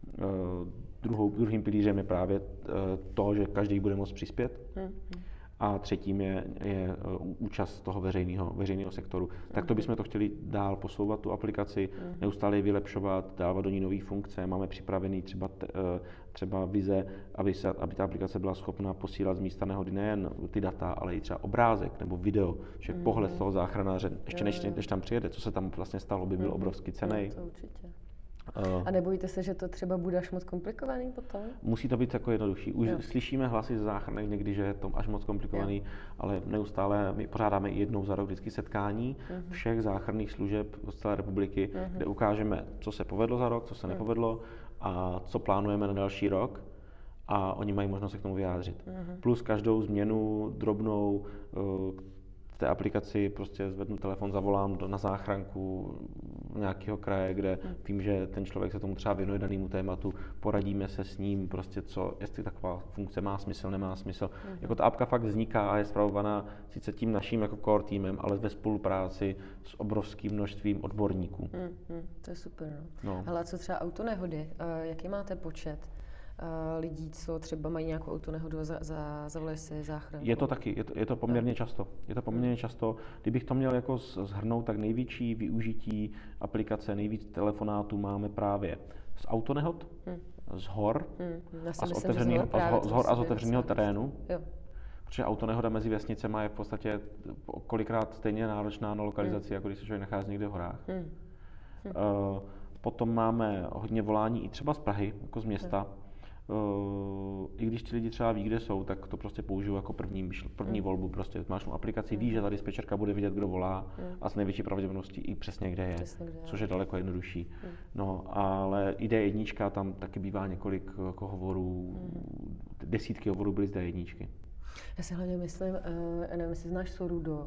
Druhým pilířem je právě to, že každý bude moct přispět. A třetím je účast toho veřejného sektoru. Tak to bychom to chtěli dál posouvat, tu aplikaci, neustále ji vylepšovat, dávat do ní nové funkce. Máme připravený třeba vize, aby ta aplikace byla schopna posílat z místa nehody nejen ty data, ale i třeba obrázek nebo video, že pohled toho záchranáře, ještě než tam přijede, co se tam vlastně stalo, by byl obrovsky cenný. To určitě. A nebojíte se, že to třeba bude až moc komplikovaný potom? Musí to být jako jednodušší. Už slyšíme hlasy ze záchranek někdy, že je to až moc komplikovaný, ale neustále my pořádáme i jednou za rok vždycky setkání všech záchranných služeb z celé republiky, kde ukážeme, co se povedlo za rok, co se nepovedlo a co plánujeme na další rok. A oni mají možnost se k tomu vyjádřit. Plus každou změnu drobnou v té aplikaci prostě zvednu telefon, zavolám na záchranku nějakého kraje, kde vím, že ten člověk se tomu třeba věnuje danému tématu, poradíme se s ním, prostě jestli taková funkce má smysl, nemá smysl. Jako ta apka fakt vzniká a je spravovaná sice tím naším jako core týmem, ale ve spolupráci s obrovským množstvím odborníků. To je super. No. Ale co třeba autonehody, jaký máte počet lidí, co třeba mají nějakou autonehodu a zavolají si záchranku? Je to taky, je to poměrně často. Je to poměrně často. Kdybych to měl jako shrnout, tak největší využití aplikace, nejvíc telefonátů máme právě z autonehod. z hor z hor a z otevřeného terénu. Jo. Protože autonehoda mezi vesnicema je v podstatě kolikrát stejně náročná na lokalizaci, jako když se člověk nachází někde v horách. Potom máme hodně volání i třeba z Prahy, jako z města. I když ti lidi třeba ví, kde jsou, tak to prostě použiju jako první volbu. Prostě máš mu aplikaci, víš, že ta dispečerka bude vidět, kdo volá a s největší pravděpodobností i přesně kde je, což je daleko jednodušší. No, ale i D1, tam taky bývá několik jako hovorů, desítky hovorů byly z D1. Já si hlavně myslím, nevím, jestli znáš Sorudo,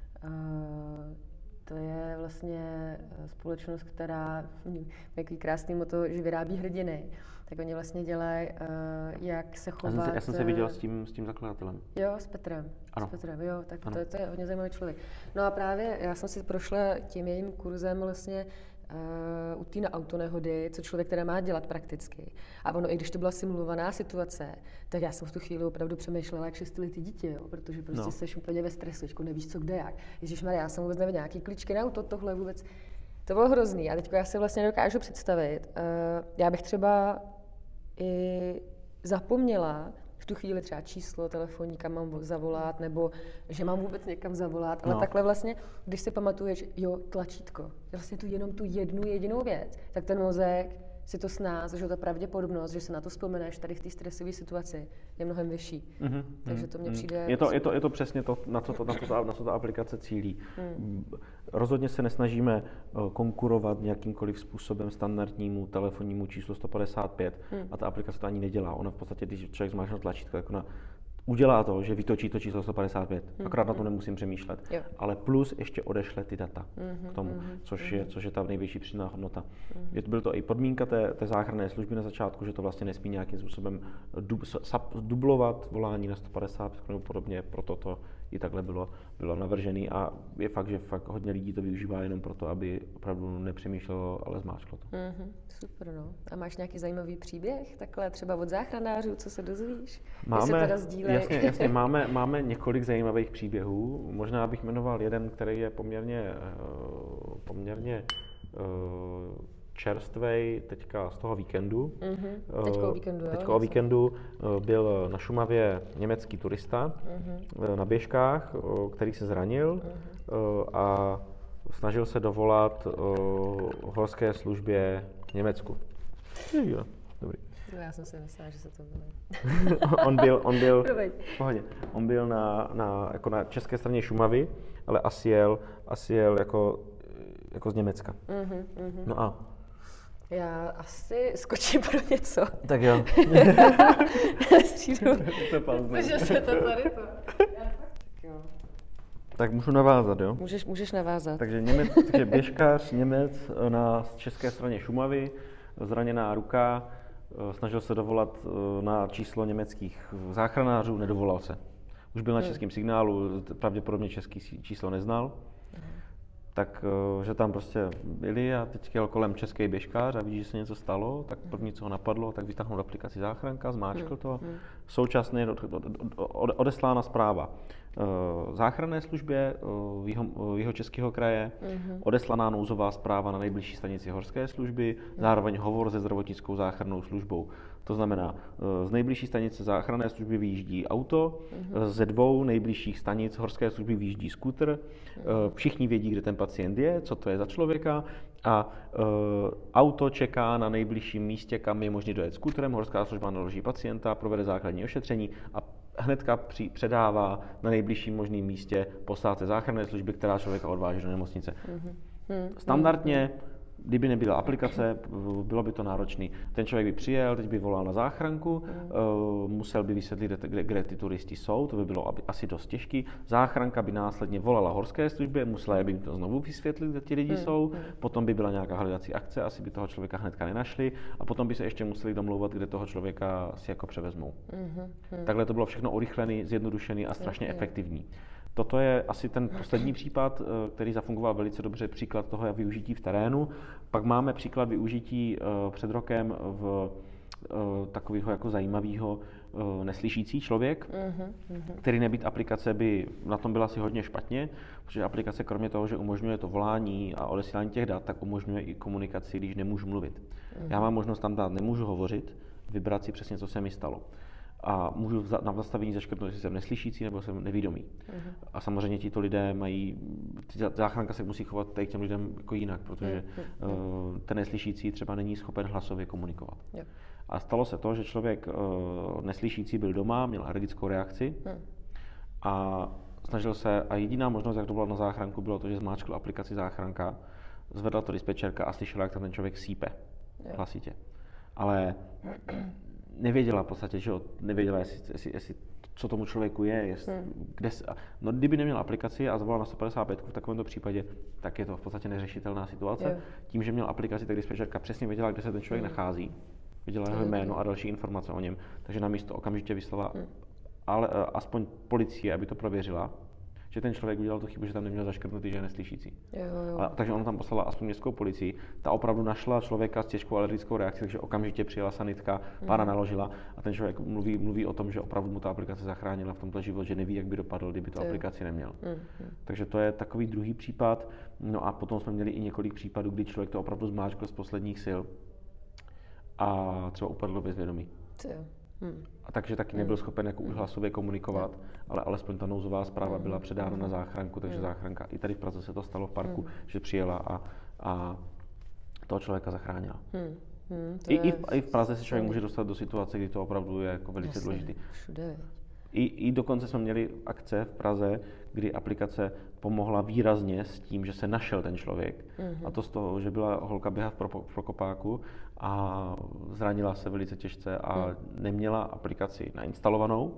to je vlastně společnost, která jaký krásný moto, že vyrábí hrdiny. Tak oni vlastně dělají, jak se chovat. Já jsem se viděl s tím zakladatelem. Jo, s Petrem. Ano. S Petrem, jo, tak to je hodně zajímavý člověk. No a právě já jsem si prošla tím jejím kurzem vlastně u té na autonehody, co člověk teda má dělat prakticky. A ono, i když to byla simulovaná situace, tak já jsem v tu chvíli opravdu přemýšlela jak 6letý dítě, jo, protože prostě seš úplně ve stresu, nevíš co kde jak. Ježišmarja, já jsem vůbec nevěděla, nějaký kličky na auto, tohle vůbec. To bylo hrozný a teď já si vlastně nedokážu představit. Já bych třeba i zapomněla v tu chvíli třeba číslo telefonní, kam mám zavolat, nebo že mám vůbec někam zavolat, ale takhle vlastně, když si pamatuješ, jo, tlačítko, vlastně jenom tu jednu jedinou věc, tak ten mozek si to snáz, že ta pravděpodobnost, že se na to vzpomeneš tady v té stresové situaci, je mnohem vyšší. Takže to mně přijde... Je to přesně to, na co ta aplikace cílí. Rozhodně se nesnažíme konkurovat nějakýmkoliv způsobem standardnímu telefonnímu číslu 155 a ta aplikace to ani nedělá. Ona v podstatě, když člověk zmáčkne tlačítko, tak ona udělá to, že vytočí to číslo 155. Akorát na to nemusím přemýšlet. Jo. Ale plus ještě odešle ty data k tomu, což je ta největší přidaná hodnota. Byl to i podmínka té záchranné služby na začátku, že to vlastně nesmí nějakým způsobem dublovat volání na 150 nebo podobně, proto to i takhle bylo navržený a je fakt, že fakt hodně lidí to využívá jenom proto, aby opravdu nepřemýšlelo, ale zmáčklo to. Super, no. A máš nějaký zajímavý příběh, takhle třeba od záchranářů, co se dozvíš? Máme, jasně, máme několik zajímavých příběhů. Možná bych jmenoval jeden, který je poměrně čerstvej teďka z toho víkendu. Teďka o víkendu byl na Šumavě německý turista na běžkách, který se zranil a snažil se dovolat horské službě v Německu. Dobrý. Já jsem si myslela, že se to bylo. On byl na české straně Šumavy, ale asi jel jako z Německa. No a já asi skočím pro něco. Tak jo. Protože se to tady to. Tak můžu navázat, jo? Můžeš navázat. Takže běžkař, Němec na české straně Šumavy, zraněná ruka, snažil se dovolat na číslo německých záchranářů, nedovolal se. Už byl na českém signálu, pravděpodobně český číslo neznal. Takže tam prostě byli a teď jel kolem český běžkář a vidí, že se něco stalo, tak první, co ho napadlo, tak vytáhnout aplikaci záchranka, zmáčkl to. Současně odeslána zpráva záchranné službě Jihočeského kraje, odeslaná nouzová zpráva na nejbližší stanici horské služby, zároveň hovor se zdravotnickou záchrannou službou. To znamená, z nejbližší stanice záchranné služby vyjíždí auto, ze 2 nejbližších stanic horské služby vyjíždí skútr, všichni vědí, kde ten pacient je, co to je za člověka a auto čeká na nejbližším místě, kam je možné dojet skútrem, horská služba naloží pacienta, provede základní ošetření a hnedka předává na nejbližším možném místě posádce záchranné služby, která člověka odváží do nemocnice. Standardně, kdyby nebyla aplikace, bylo by to náročné. Ten člověk by přijel, teď by volal na záchranku, musel by vysvětlit, kde ty turisti jsou, to by bylo asi dost těžké. Záchranka by následně volala horské službě, musela by to znovu vysvětlit, kde ti lidi jsou, potom by byla nějaká hledací akce, asi by toho člověka hnedka nenašli a potom by se ještě museli domlouvat, kde toho člověka si jako převezmou. Takhle to bylo všechno urychlené, zjednodušené a strašně efektivní. Toto je asi ten poslední případ, který zafungoval velice dobře, příklad toho využití v terénu. Pak máme příklad využití před rokem v takového jako zajímavého neslyšící člověk, který nebýt aplikace by na tom byla asi hodně špatně, protože aplikace kromě toho, že umožňuje to volání a odesílání těch dat, tak umožňuje i komunikaci, když nemůžu mluvit. Já mám možnost tam dát nemůžu hovořit vybrat si přesně, co se mi stalo. A můžu na nastavení zaškrtnout, jestli jsem neslyšící nebo jsem nevědomý. A samozřejmě tito lidé mají, záchranka se musí chovat tady k těm lidem jako jinak, protože ten neslyšící třeba není schopen hlasově komunikovat. A stalo se to, že člověk neslyšící byl doma, měl alergickou reakci a snažil se, a jediná možnost, jak to bylo na záchranku, bylo to, že zmáčkl aplikaci záchranka, zvedla to dispečerka a slyšela, jak tam ten člověk sípe hlasitě. Ale nevěděla v podstatě, že nevěděla, jestli co tomu člověku je, kde se, no kdyby neměl aplikaci a zavolal na 155 v takovémto případě, tak je to v podstatě neřešitelná situace. Tím, že měl aplikaci, tak dispečerka přesně věděla, kde se ten člověk nachází, věděla jeho jméno a další informace o něm, takže na místo okamžitě vyslala ale aspoň policie, aby to prověřila, že ten člověk udělal tu chybu, že tam neměl zaškrtnutý, že je neslyšící. Takže ona tam poslala aspoň městskou policii. Ta opravdu našla člověka s těžkou alergickou reakcí, takže okamžitě přijela sanitka, pána naložila a ten člověk mluví o tom, že opravdu mu ta aplikace zachránila v tomto život, že neví, jak by dopadl, kdyby tu aplikaci neměl. Takže to je takový druhý případ. No a potom jsme měli i několik případů, kdy člověk to opravdu zmáčkl z posledních sil a třeba upadl do bezvědomí. A takže taky nebyl schopen jako už hlasově komunikovat, ale alespoň ta nouzová zpráva byla předána na záchranku, takže záchranka, i tady v Praze se to stalo v parku, že přijela a toho člověka zachránila. I v Praze se člověk může dostat do situace, kdy to opravdu je jako velice důležitý. I dokonce jsme měli akce v Praze, kdy aplikace pomohla výrazně s tím, že se našel ten člověk. A to z toho, že byla holka běhat v Prokopáku a zranila se velice těžce a neměla aplikaci nainstalovanou.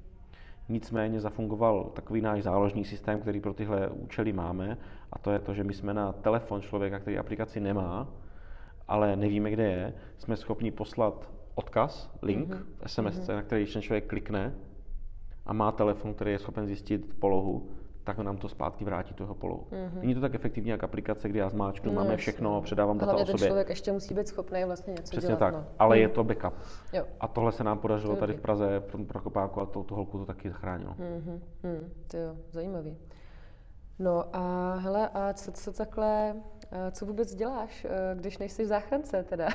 Nicméně zafungoval takový náš záložní systém, který pro tyhle účely máme, a to je to, že my jsme na telefon člověka, který aplikaci nemá, ale nevíme, kde je, jsme schopni poslat odkaz, link, SMS, na který ten člověk klikne a má telefon, který je schopen zjistit polohu, tak nám to zpátky vrátí toho polohu. Není to tak efektivní jak aplikace, kdy já zmáčknu, máme všechno, předávám data o sobě. Hlavně ten člověk ještě musí být schopný vlastně něco Přesně dělat. Tak, ale je to backup. A tohle se nám podařilo tady v Praze, v Prokopáku, a tu holku to taky zachránilo. To jo, zajímavý. No a hele, a co takhle, co vůbec děláš, když nejsi v záchrance teda?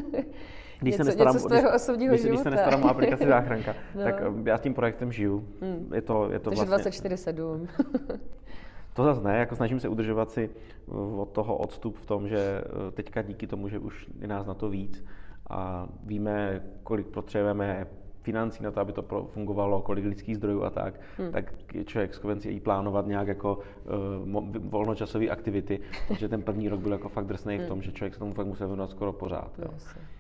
Když něco z tvého osobního života. Když se nestarám o aplikaci záchranka, tak já s tím projektem žiju. Je to takže vlastně 24/7. To zase ne, jako snažím se udržovat si od toho odstup v tom, že teďka díky tomu, že už je nás na to víc a víme, kolik potřebujeme financí na to, aby to fungovalo, kolik lidských zdrojů a tak je člověk schopen si i plánovat nějak jako volnočasové aktivity, protože ten první rok byl jako fakt drsnej v tom, že člověk se tomu fakt musel věnovat skoro pořád. Jo.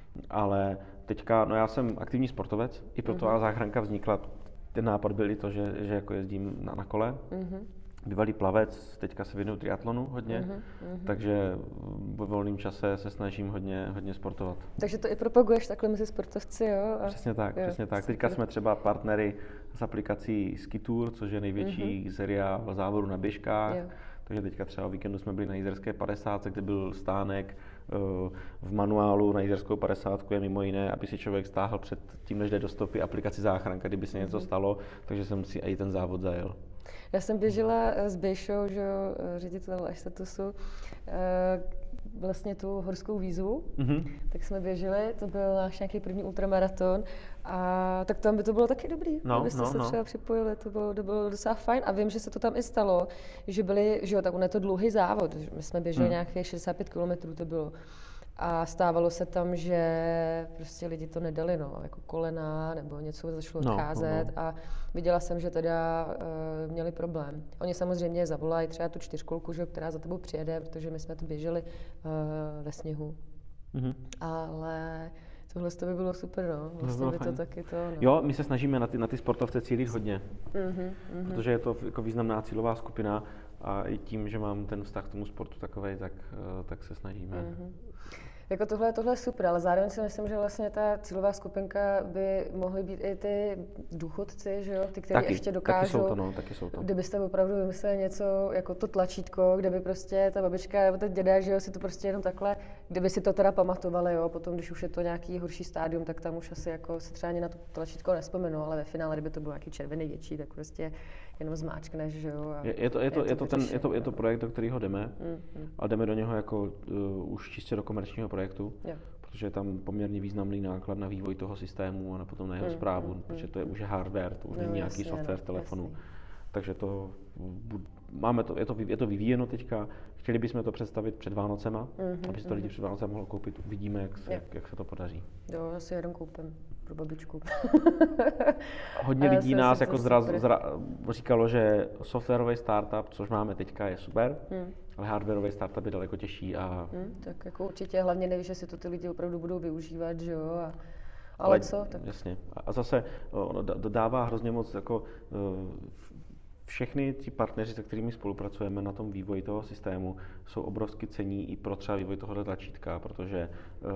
Ale teďka, no já jsem aktivní sportovec, i proto a záchranka vznikla. Ten nápad byl i to, že jako jezdím na kole. Bývalý plavec, teďka se věnuju triatlonu hodně, takže ve volném čase se snažím hodně sportovat. Takže to i propaguješ takhle mezi sportovci, jo? Přesně tak. Teďka jsme třeba partnery s aplikací Skitour, což je největší seriál závodu na běžkách. Takže teďka třeba o víkendu jsme byli na Jizerské 50, kde byl stánek. V manuálu na Jizerskou 50 je mimo jiné, aby si člověk stáhl před tím, než jde do stopy, aplikaci záchranka, kdyby se něco stalo, takže jsem si i ten závod zajel. Já jsem běžela s Běšou, že ředitel Statusu, vlastně tu horskou výzvu, tak jsme běželi, to byl náš nějaký první ultramaraton a tak tam by to bylo taky dobrý, abyste se třeba připojili, to bylo docela fajn a vím, že se to tam i stalo, že byli, že jo, tak on je to dlouhý závod, my jsme běželi nějakých 65 km to bylo. A stávalo se tam, že prostě lidi to nedali, jako kolena nebo něco začalo odcházet a viděla jsem, že teda měli problém. Oni samozřejmě zavolají třeba tu 4kolku, že, která za tebou přijede, protože my jsme to běželi ve sněhu. Ale tohle by bylo super, vlastně by to taky to. Jo, my se snažíme na ty sportovce cílit hodně, protože je to jako významná cílová skupina a i tím, že mám ten vztah k tomu sportu takovej, tak se snažíme. Jako tohle je super, ale zároveň si myslím, že vlastně ta cílová skupinka by mohly být i ty důchodci, že jo, ty, kteří ještě dokážou. Taky jsou to. Kdybyste opravdu vymysleli něco jako to tlačítko, kde by prostě ta babička nebo ten děda, že jo, si to prostě jenom takhle, kdyby si to teda pamatovali, jo, potom když už je to nějaký horší stádium, tak tam už asi jako se třeba ani na to tlačítko nespomenu, ale ve finále, kdyby to byl nějaký červený větší, tak prostě jenom zmáčkneš, že jo. Je to projekt, do kterého jdeme, a jdeme do něho jako už čistě do komerčního projektu, protože je tam poměrně významný náklad na vývoj toho systému a potom na jeho správu, protože to je už hardware, to už není nějaký software v telefonu. Takže to máme to, je to vyvíjeno teďka. Chtěli bychom to představit před Vánocema, aby si to lidi před Vánocem mohlo koupit. Uvidíme, jak se to podaří. Jo, já si jeden koupím pro babičku. Hodně lidí nás jako říkalo, že softwarový startup, což máme teďka, je super, ale hardwarový startup je daleko těžší. Tak jako určitě, hlavně nevíš, jestli to ty lidi opravdu budou využívat, že jo. Ale co? Tak... Jasně. A zase dodává hrozně moc jako všechny ti partneři, se kterými spolupracujeme na tom vývoji toho systému, jsou obrovsky cenní i pro třeba vývoj tohoto tlačítka, protože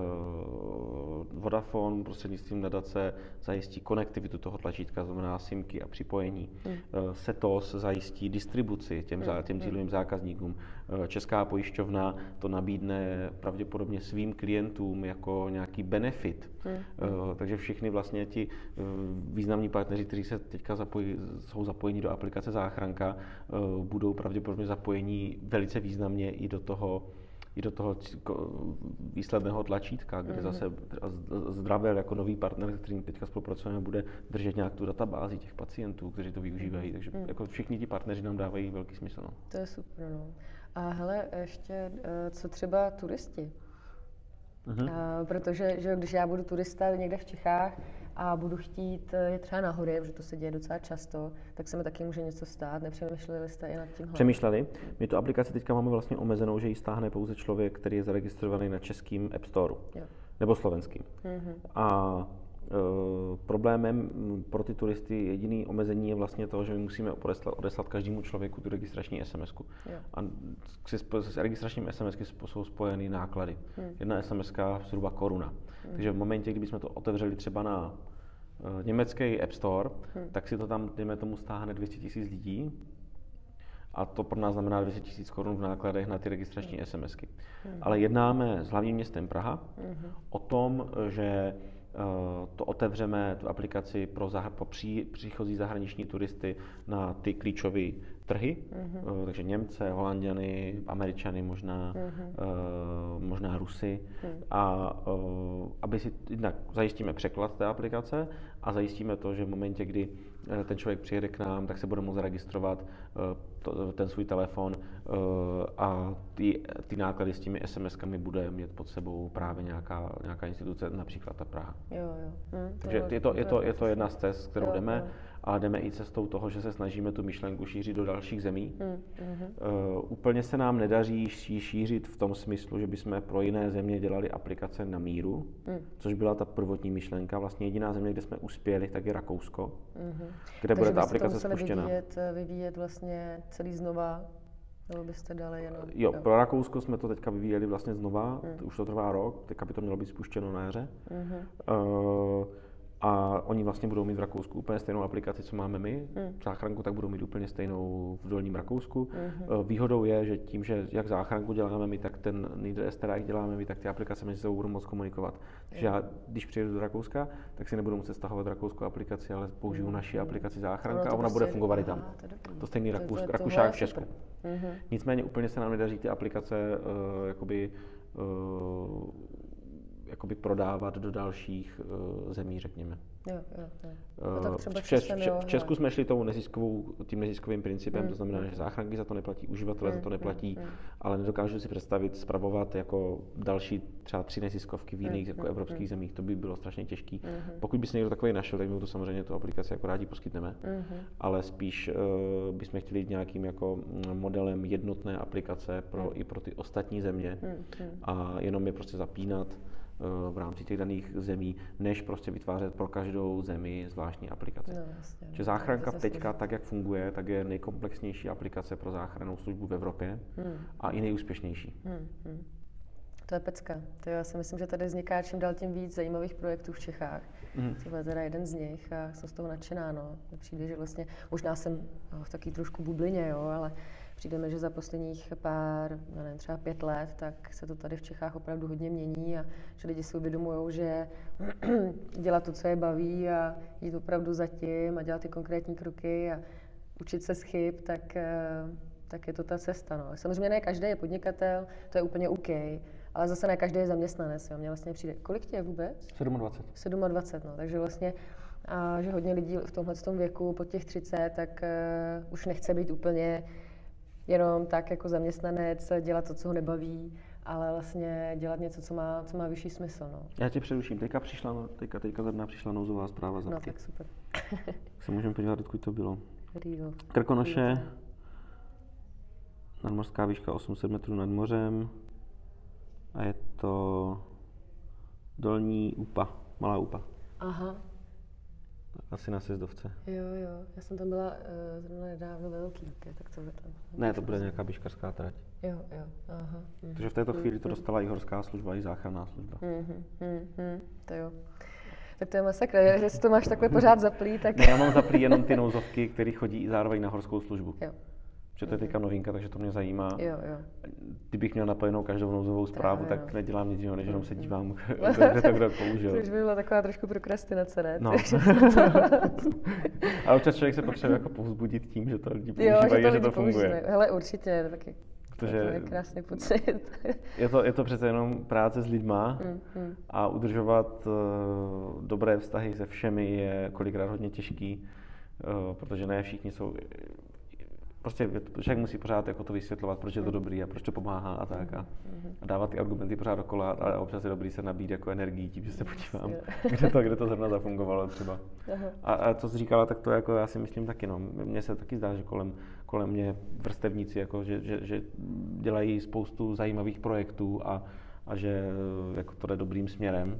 Vodafone prostřednictvím nadace zajistí konektivitu toho tlačítka, znamená simky a připojení. Setos zajistí distribuci těm cílovým zákazníkům. Česká pojišťovna to nabídne pravděpodobně svým klientům jako nějaký benefit. Takže všichni vlastně ti významní partneři, kteří se teďka jsou zapojeni do aplikace Záchranka, budou pravděpodobně zapojení velice významně i do toho výsledného tlačítka, kde zase Zdravel jako nový partner, s kterým teďka spolupracujeme, bude držet nějak tu databázi těch pacientů, kteří to využívají. Takže jako všichni ti partneři nám dávají velký smysl. No. To je super. No. A hele, ještě co třeba turisti? Protože že když já budu turista někde v Čechách a budu chtít je třeba na hory, protože to se děje docela často, tak se mi taky může něco stát. Nepřemýšleli jste i nad tímhle? Přemýšleli. My tu aplikaci teďka máme vlastně omezenou, že ji stáhne pouze člověk, který je zaregistrovaný na českým App Store nebo slovenským. A problémem pro ty turisty jediný omezení je vlastně to, že my musíme odeslat každému člověku tu registrační SMS-ku. A s registračním SMS-ky jsou spojeny náklady. Jedna SMS-ka zhruba koruna. Takže v momentě, kdybychom to otevřeli třeba na německý App Store, tak si to tam, dejme tomu, stáhne 200 000 lidí. A to pro nás znamená 200 000 korun v nákladech na ty registrační SMSky. Ale jednáme s hlavním městem Praha o tom, že to otevřeme, tu aplikaci pro příchozí zahraniční turisty na ty klíčové trhy, takže Němce, Holanďany, Američany možná Rusy. A aby si jednak zajistíme překlad té aplikace a zajistíme to, že v momentě, kdy ten člověk přijede k nám, tak se bude moct zaregistrovat ten svůj telefon a ty náklady s těmi SMS-kami bude mít pod sebou právě nějaká instituce, například ta Praha. Takže je to jedna z cest, kterou jdeme, ale jdeme i cestou toho, že se snažíme tu myšlenku šířit do dalších zemí. Úplně se nám nedaří šířit v tom smyslu, že bychom pro jiné země dělali aplikace na míru, což byla ta prvotní myšlenka. Vlastně jediná země, kde jsme uspěli, tak je Rakousko, kde bude ta aplikace spuštěna. Vyvíjet vlastně celý znova, nebo byste dali jenom... Jo, pro Rakousko jsme to teďka vyvíjeli vlastně znova, už to trvá rok, teďka by to mělo být spuštěno na jaře. A oni vlastně budou mít v Rakousku úplně stejnou aplikaci, co máme my. Záchranku tak budou mít úplně stejnou v Dolním Rakousku. Výhodou je, že tím, že jak záchranku děláme my, tak ten Niederösterreich děláme my, tak ty aplikace mezi sebou budou moct komunikovat. Takže já, když přijedu do Rakouska, tak si nebudu muset stahovat rakouskou aplikaci, ale použiju naši aplikaci záchranka a ona bude fungovat i tam. To stejný Rakušák v Česku. Nicméně úplně se nám nedaří ty aplikace jakoby prodávat do dalších zemí, řekněme. V Česku jsme šli tím neziskovým principem, to znamená, že záchranky za to neplatí, uživatelé za to neplatí, ale nedokážu si představit spravovat jako další třeba 3 neziskovky v jiných jako evropských zemích, to by bylo strašně těžké. Pokud by se někdo takový našel, tak my to samozřejmě tu aplikaci jako rádi poskytneme, ale spíš bychom chtěli jít nějakým jako modelem jednotné aplikace i pro ty ostatní země a jenom je prostě zapínat v rámci těch daných zemí, než prostě vytvářet pro každou zemi zvláštní aplikaci. Že záchranka teďka, tak jak funguje, tak je nejkomplexnější aplikace pro záchrannou službu v Evropě a i nejúspěšnější. To je pecka. To já si myslím, že tady vzniká čím dál tím víc zajímavých projektů v Čechách. Tohle je teda jeden z nich a jsem z toho nadšená. No. Přijde, že vlastně, možná jsem v taky trošku bublině, jo, ale přijde mi, že za posledních třeba 5 let, tak se to tady v Čechách opravdu hodně mění a že lidi si uvědomují, že dělat to, co je baví a jít opravdu za tím a dělat ty konkrétní kroky a učit se z chyb, tak je to ta cesta. No. Samozřejmě ne každý je podnikatel, to je úplně OK, ale zase ne každý je zaměstnanec, jo. Mně vlastně přijde, kolik tě je vůbec? 27. 27, no, takže vlastně, že hodně lidí v tomhletom věku, po těch 30, tak už nechce být úplně jenom tak jako zaměstnanec, dělat to, co ho nebaví, ale vlastně dělat něco, co má vyšší smysl, no. Já tě přeruším, teďka ze dne přišla nouzová zpráva z No, apky. tak super. Se můžeme podívat, odkud to bylo. Rýho. Krkonoše, nadmořská výška 800 metrů nad mořem a je to Dolní Úpa, Malá Úpa. Aha. Asi na sjezdovce. Jo, já jsem tam byla zrovna nedávno ve Velký Lipě, tak to tam. Ne, to bude nějaká běžkařská trať. Jo, aha. Takže v této chvíli to dostala i horská služba, i záchranná služba. To jo. Tak to je masakra, že si to máš takhle pořád zaplý, tak... Ne, já mám zaplý jenom ty nouzovky, které chodí i zároveň na horskou službu. Jo. Protože to je teďka novinka, takže to mě zajímá. Jo. Kdybych měl napojenou každou nouzovou zprávu, Právě, tak no. nedělám nic jiného, než jenom se dívám, kde to kdo použil. To už by byla taková trošku prokrastinace, ne? No. A občas člověk se potřebuje jako povzbudit tím, že to lidi používají, že to funguje. Hele, určitě, taky. Protože to je krásný pocit. je to přece jenom práce s lidma a udržovat dobré vztahy se všemi je kolikrát hodně těžký, protože ne všichni jsou... Prostě člověk musí pořád jako to vysvětlovat, proč je to dobrý a proč to pomáhá a tak. A dávat ty argumenty pořád dokola, ale občas je dobrý se nabít jako energií tím, že se podívám, kde to zrovna zafungovalo třeba. A co jsi říkala, tak to jako já si myslím taky, no. Mně se taky zdá, že kolem mě vrstevníci, jako, že dělají spoustu zajímavých projektů a že jako to jde dobrým směrem.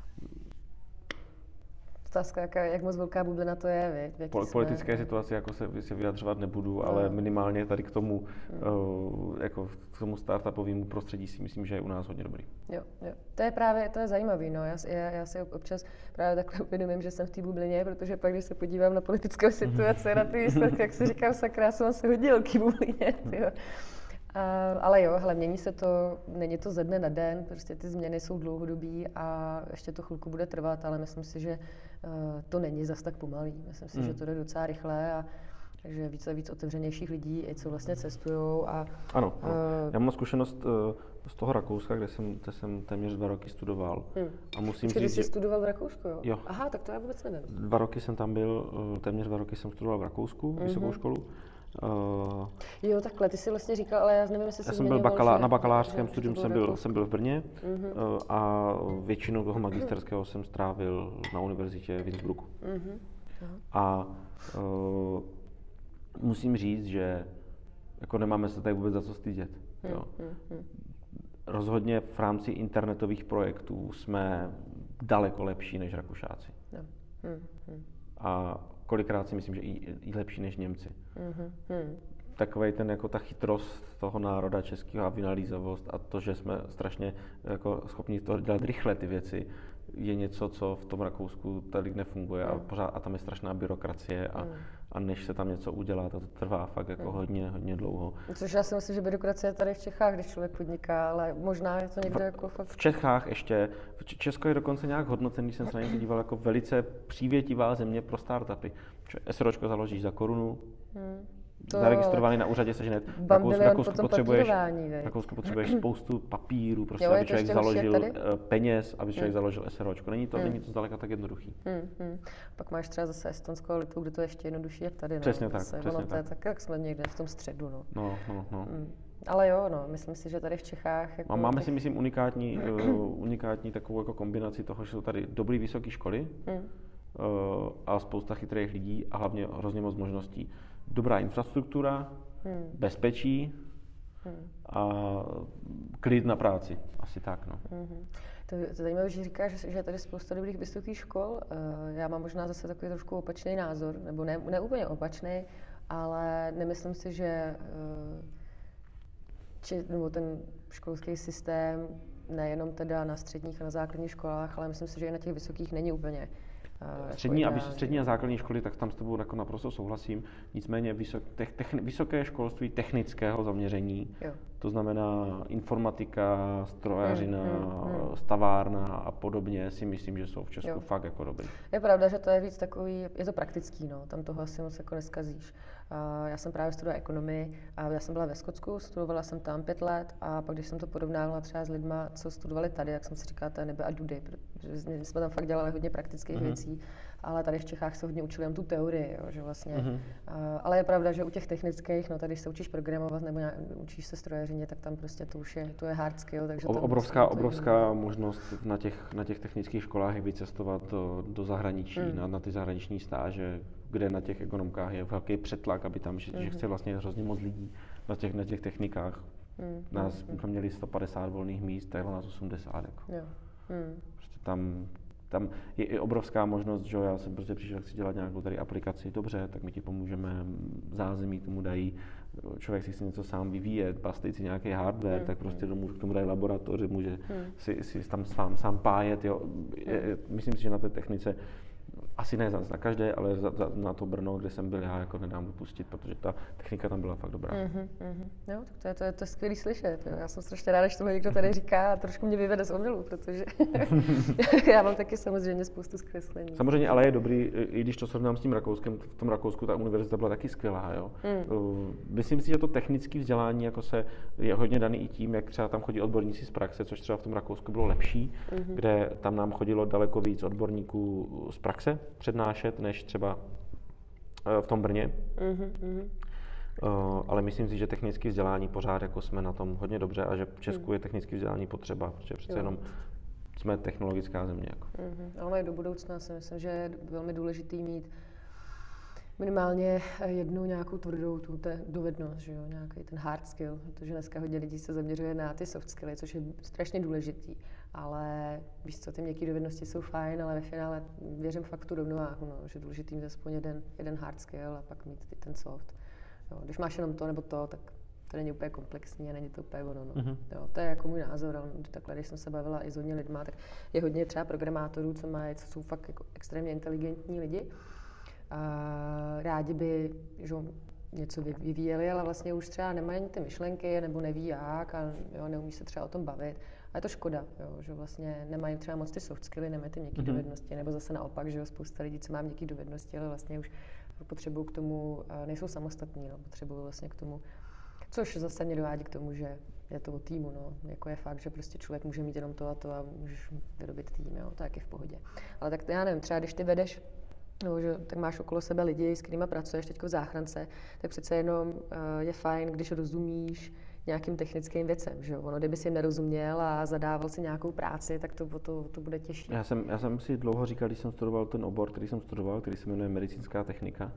Otázka, jak moc velká bublina to je, viď? Politické situaci jako se vyjadřovat nebudu, ale minimálně tady k tomu, jako k tomu startupovému prostředí si myslím, že je u nás hodně dobrý. Jo. To je zajímavý, no. Já si občas právě takhle uvědomím, že jsem v té bublině, protože pak, když se podívám na politickou situaci, na ty výsledky, jak si říkám, sakra, já jsem se hodil k té bublině, tyjo. Ale jo, hele, mění se to, není to ze dne na den, prostě ty změny jsou dlouhodobý a ještě to chvilku bude trvat, ale myslím si, že to není zas tak pomalý. Myslím si, že to jde docela rychle a takže více a víc otevřenějších lidí, i co vlastně cestujou. Ano. Já mám zkušenost z toho Rakouska, kde jsem téměř 2 roky studoval. A musím říct, jsi studoval v Rakousku, jo? Jo. Aha, tak to já vůbec nevím. 2 roky jsem tam byl, téměř 2 roky jsem studoval v Rakousku, vysokou školu. Jo, takhle, ty jsi vlastně říkal, ale já nevím, jestli jsi jsem byl na bakalářském studiu jsem byl v Brně a většinu toho magisterského jsem strávil na univerzitě v Innsbrucku. A musím říct, že jako nemáme se tady vůbec za co stydět. Jo. Rozhodně v rámci internetových projektů jsme daleko lepší než Rakušáci. A kolikrát si myslím, že i lepší než Němci. Takovej ten, jako ta chytrost toho národa českého a vynalízavost a to, že jsme strašně jako schopni to dělat rychle ty věci, je něco, co v tom Rakousku tady nefunguje a tam je strašná byrokracie a než se tam něco udělá, to trvá fakt jako hodně dlouho. Což já si myslím, že byrokracie je tady v Čechách, když člověk podniká, ale možná je to někde jako fakt... V Čechách ještě, Česko je dokonce nějak hodnocený, jsem se na ně díval jako velice přívětivá země pro startupy. SROčko založíš za korunu, zaregistrovaný na úřadě sežeš hned. Rakousku potřebuješ spoustu papíru, prostě, aby člověk založil peněz, aby člověk založil SROčko. Není to zdaleka tak jednoduchý. Pak máš třeba zase Estonsko a Litvu, kde to je ještě jednodušší jak tady. Přesně tak. Tak jak jsme někde v tom středu. No. No. Ale jo, no, myslím si, že tady v Čechách... Jako máme si, myslím, unikátní takovou jako kombinaci toho, že jsou tady dobré vysoké školy a spousta chytrých lidí a hlavně hrozně moc možností. Dobrá infrastruktura, bezpečí a klid na práci. Asi tak, no. To je zajímavé, že říkáš, že je tady spousta dobrých vysokých škol. Já mám možná zase takový trošku opačný názor, nebo ne úplně opačný, ale nemyslím si, že nebo ten školský systém, nejenom teda na středních a na základních školách, ale myslím si, že i na těch vysokých není úplně Střední a základní školy, tak tam s tebou jako naprosto souhlasím. Nicméně vysoké školství technického zaměření, to znamená informatika, strojařina, stavárna a podobně, si myslím, že jsou v Česku fakt jako dobrý. Je pravda, že to je víc takový, je to praktický, no, tam toho asi moc jako neskazíš. Já jsem právě studovala ekonomii a já jsem byla ve Skotsku, studovala jsem tam 5 let a pak, když jsem to porovnávala třeba s lidma, co studovali tady, jak jsem si říkala, to je nebe a dudy, protože jsme tam fakt dělali hodně praktických věcí, ale tady v Čechách se hodně učili jen tu teorii, jo, že vlastně, ale je pravda, že u těch technických, no tady když se učíš programovat nebo učíš se strojařině, tak tam prostě to je hard skill, takže obrovská možnost na těch technických školách je vycestovat do zahraničí, na ty zahraniční stáže, kde na těch ekonomkách je velký přetlak, aby tam, že chce vlastně hrozně moc lidí na těch technikách. Nás jsme měli 150 volných míst, takhle nás 80. Jako. Prostě tam je i obrovská možnost, že já jsem prostě přišel, chci dělat nějakou tady aplikaci, dobře, tak my ti pomůžeme, zázemí tomu dají, člověk si chce něco sám vyvíjet, bastit si nějaký hardware, tak prostě k tomu dají laboratoři, může si tam sám pájet, jo. Myslím si, že na té technice asi ne na každé, ale na to Brno, kde jsem byl, já jako nedám vypustit, protože ta technika tam byla fakt dobrá. Jo, tak to je skvělý slyšet. Jo. Já jsem strašně ráda, že to někdo tady říká a trošku mě vyvede z omylu, protože já mám taky samozřejmě spoustu zkreslení. Samozřejmě, ale je dobrý, i když to srovnám s tím Rakouskem, v tom Rakousku ta univerzita byla taky skvělá. Jo. Myslím si, že to technické vzdělání jako je hodně daný i tím, jak třeba tam chodí odborníci z praxe, což třeba v tom Rakousku bylo lepší, kde tam nám chodilo daleko víc odborníků z praxe přednášet, než třeba v tom Brně. Ale myslím si, že technické vzdělání pořád jako jsme na tom hodně dobře a že v Česku je technické vzdělání potřeba, protože přece jenom jsme technologická země. Jako. Ale do budoucna si myslím, že je velmi důležitý mít minimálně jednu nějakou tvrdou dovednost, že jo, nějaký ten hard skill, protože dneska hodně lidí se zaměřuje na ty soft skilly, což je strašně důležitý. Ale víš co, ty měkké dovednosti jsou fajn, ale ve finále věřím fakt v tu rovnováhu, no, že důležitý mít aspoň jeden hard skill a pak mít ten soft. Jo, když máš jenom to nebo to, tak to není úplně komplexní a není to úplně ono. No. Jo, to je jako můj názor, ale takhle, když jsem se bavila i s hodně lidma, tak je hodně třeba programátorů, co jsou fakt jako extrémně inteligentní lidi. A rádi by, že něco vyvíjeli, ale vlastně už třeba nemají ty myšlenky nebo neví jak a jo, neumí se třeba o tom bavit. A je to škoda, jo, že vlastně nemají třeba moc ty soft skilly, nemají ty měkké dovednosti, nebo zase naopak, že jo, spousta lidí, co má měkké dovednosti, ale vlastně už potřebují k tomu, nejsou samostatní, no, potřebují vlastně k tomu, což zase mě dovádí k tomu, že je to o týmu, no, jako je fakt, že prostě člověk může mít jenom to a můžeš vyrobit tým, jo, to je taky v pohodě. Ale tak já nevím, třeba když ty vedeš, no, že tak máš okolo sebe lidi, s kterými pracuješ teď v záchrance, tak přece jenom je fajn, když rozumíš nějakým technickým věcem, že jo? Ono, kdyby si jim nerozuměl a zadával si nějakou práci, tak to bude těžší. Já jsem si dlouho říkal, když jsem studoval ten obor, který se jmenuje medicínská technika,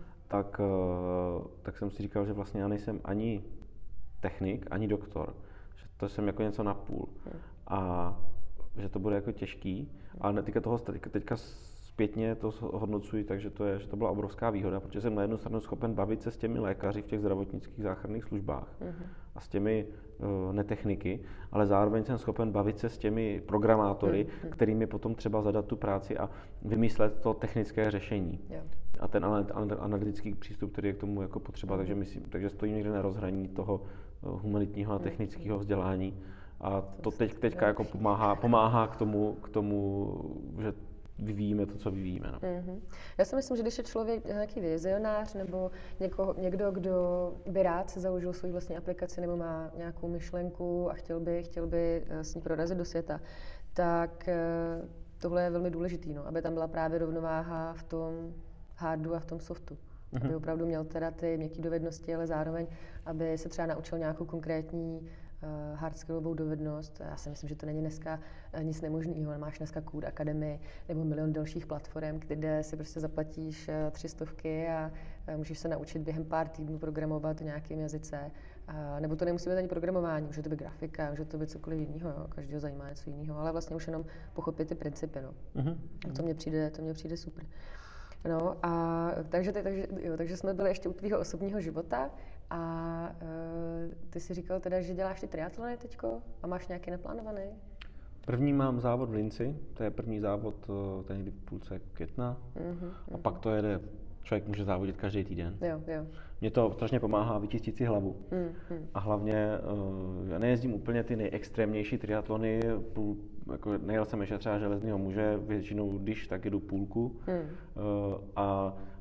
tak jsem si říkal, že vlastně já nejsem ani technik, ani doktor, že to jsem jako něco napůl a že to bude jako těžký, ale teďka zpětně to hodnocuji, takže že to byla obrovská výhoda, protože jsem na jednu stranu schopen bavit se s těmi lékaři v těch zdravotnických záchranných službách a s těmi netechniky, ale zároveň jsem schopen bavit se s těmi programátory, kterým je potom třeba zadat tu práci a vymyslet to technické řešení. A ten analytický přístup, který je k tomu jako potřeba, takže stojím někde na rozhraní toho humanitního a technického vzdělání a to teďka jako pomáhá k tomu, že vyvíjíme to, co vyvíjíme. No. Já si myslím, že když je člověk nějaký vizionář nebo někdo, kdo by rád se založil svou vlastní aplikaci nebo má nějakou myšlenku a chtěl by s ní prorazit do světa, tak tohle je velmi důležitý, no, aby tam byla právě rovnováha v tom hardu a v tom softu. Aby opravdu měl teda ty měkké dovednosti, ale zároveň, aby se třeba naučil nějakou konkrétní hardskillovou dovednost. Já si myslím, že to není dneska nic nemožného. Máš dneska Code Academy nebo milion dalších platform, kde si prostě zaplatíš 300 a můžeš se naučit během pár týdnů programovat v nějakém jazyce. Nebo to nemusí být ani programování, může to být grafika, může to být cokoliv jiného, jo. Každého zajímá něco jiného, ale vlastně už jenom pochopit ty principy. No. To mně přijde super. No a takže jsme byli ještě u tvýho osobního života a ty jsi říkal teda, že děláš ty triatlony teďko a máš nějaký naplánovaný? První mám závod v Linci, to je první závod, to je někdy v půlce května a pak to jede, člověk může závodit každý týden. Jo. Mně to strašně pomáhá vyčistit si hlavu. A hlavně já nejezdím úplně ty nejextrémnější triatlony, jako nejel jsem ještě třeba železného muže, většinou když tak jedu půlku a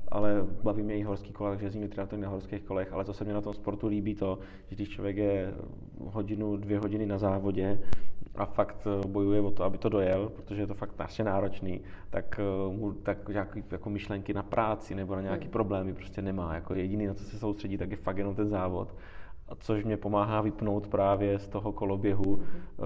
ale baví mě i horský kola, takže jezdím i triatlon na horských kolech, ale co se mě na tom sportu líbí to, že když člověk je hodinu, 2 hodiny na závodě a fakt bojuje o to, aby to dojel, protože je to fakt strašně náročný, tak nějaký jako myšlenky na práci nebo na nějaký problémy prostě nemá. Jako jediný, na co se soustředí, tak je fakt jenom ten závod. Což mě pomáhá vypnout právě z toho koloběhu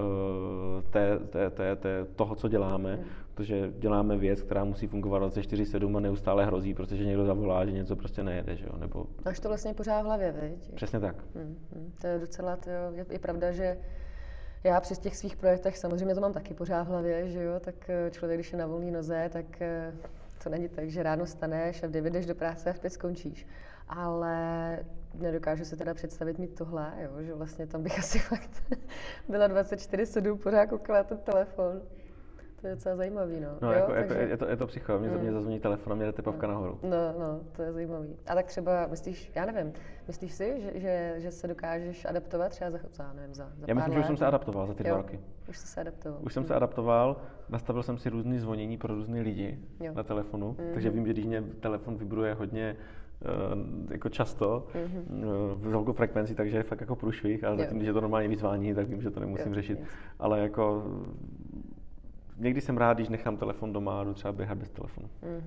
toho, co děláme, protože děláme věc, která musí fungovat 24/7 a neustále hrozí, protože někdo zavolá, že něco prostě nejede, že jo, nebo... Máš to vlastně pořád v hlavě, viď? Přesně tak. To je docela, je pravda, že já při těch svých projektech samozřejmě to mám taky pořád v hlavě, že jo, tak člověk, když je na volné noze, tak to není tak, že ráno staneš a v 9 jdeš do práce a v 5 skončíš. Ale nedokážu si teda představit mít tohle, jo, že vlastně tam bych asi fakt byla 24/7, pořád koukala ten telefon. To je docela zajímavý, no. No, jo, takže... je to psycho, mě zazvoní telefon a mě jde tepavka nahoru. No, to je zajímavý. A tak třeba myslíš, já nevím, myslíš si, že se dokážeš adaptovat třeba za pár let? Já myslím, že už jsem se adaptoval za ty 2 roky. Už jsi se adaptoval. Už jsem se adaptoval, nastavil jsem si různý zvonění pro různý lidi na telefonu, takže vím, že když mě telefon vibruje hodně jako často, v velkou frekvenci, takže je fakt jako průšvih, ale zatím, když je to normálně vyzvání, tak vím, že to nemusím řešit. Ale jako někdy jsem rád, když nechám telefon doma a jdu třeba běhat bez telefonu.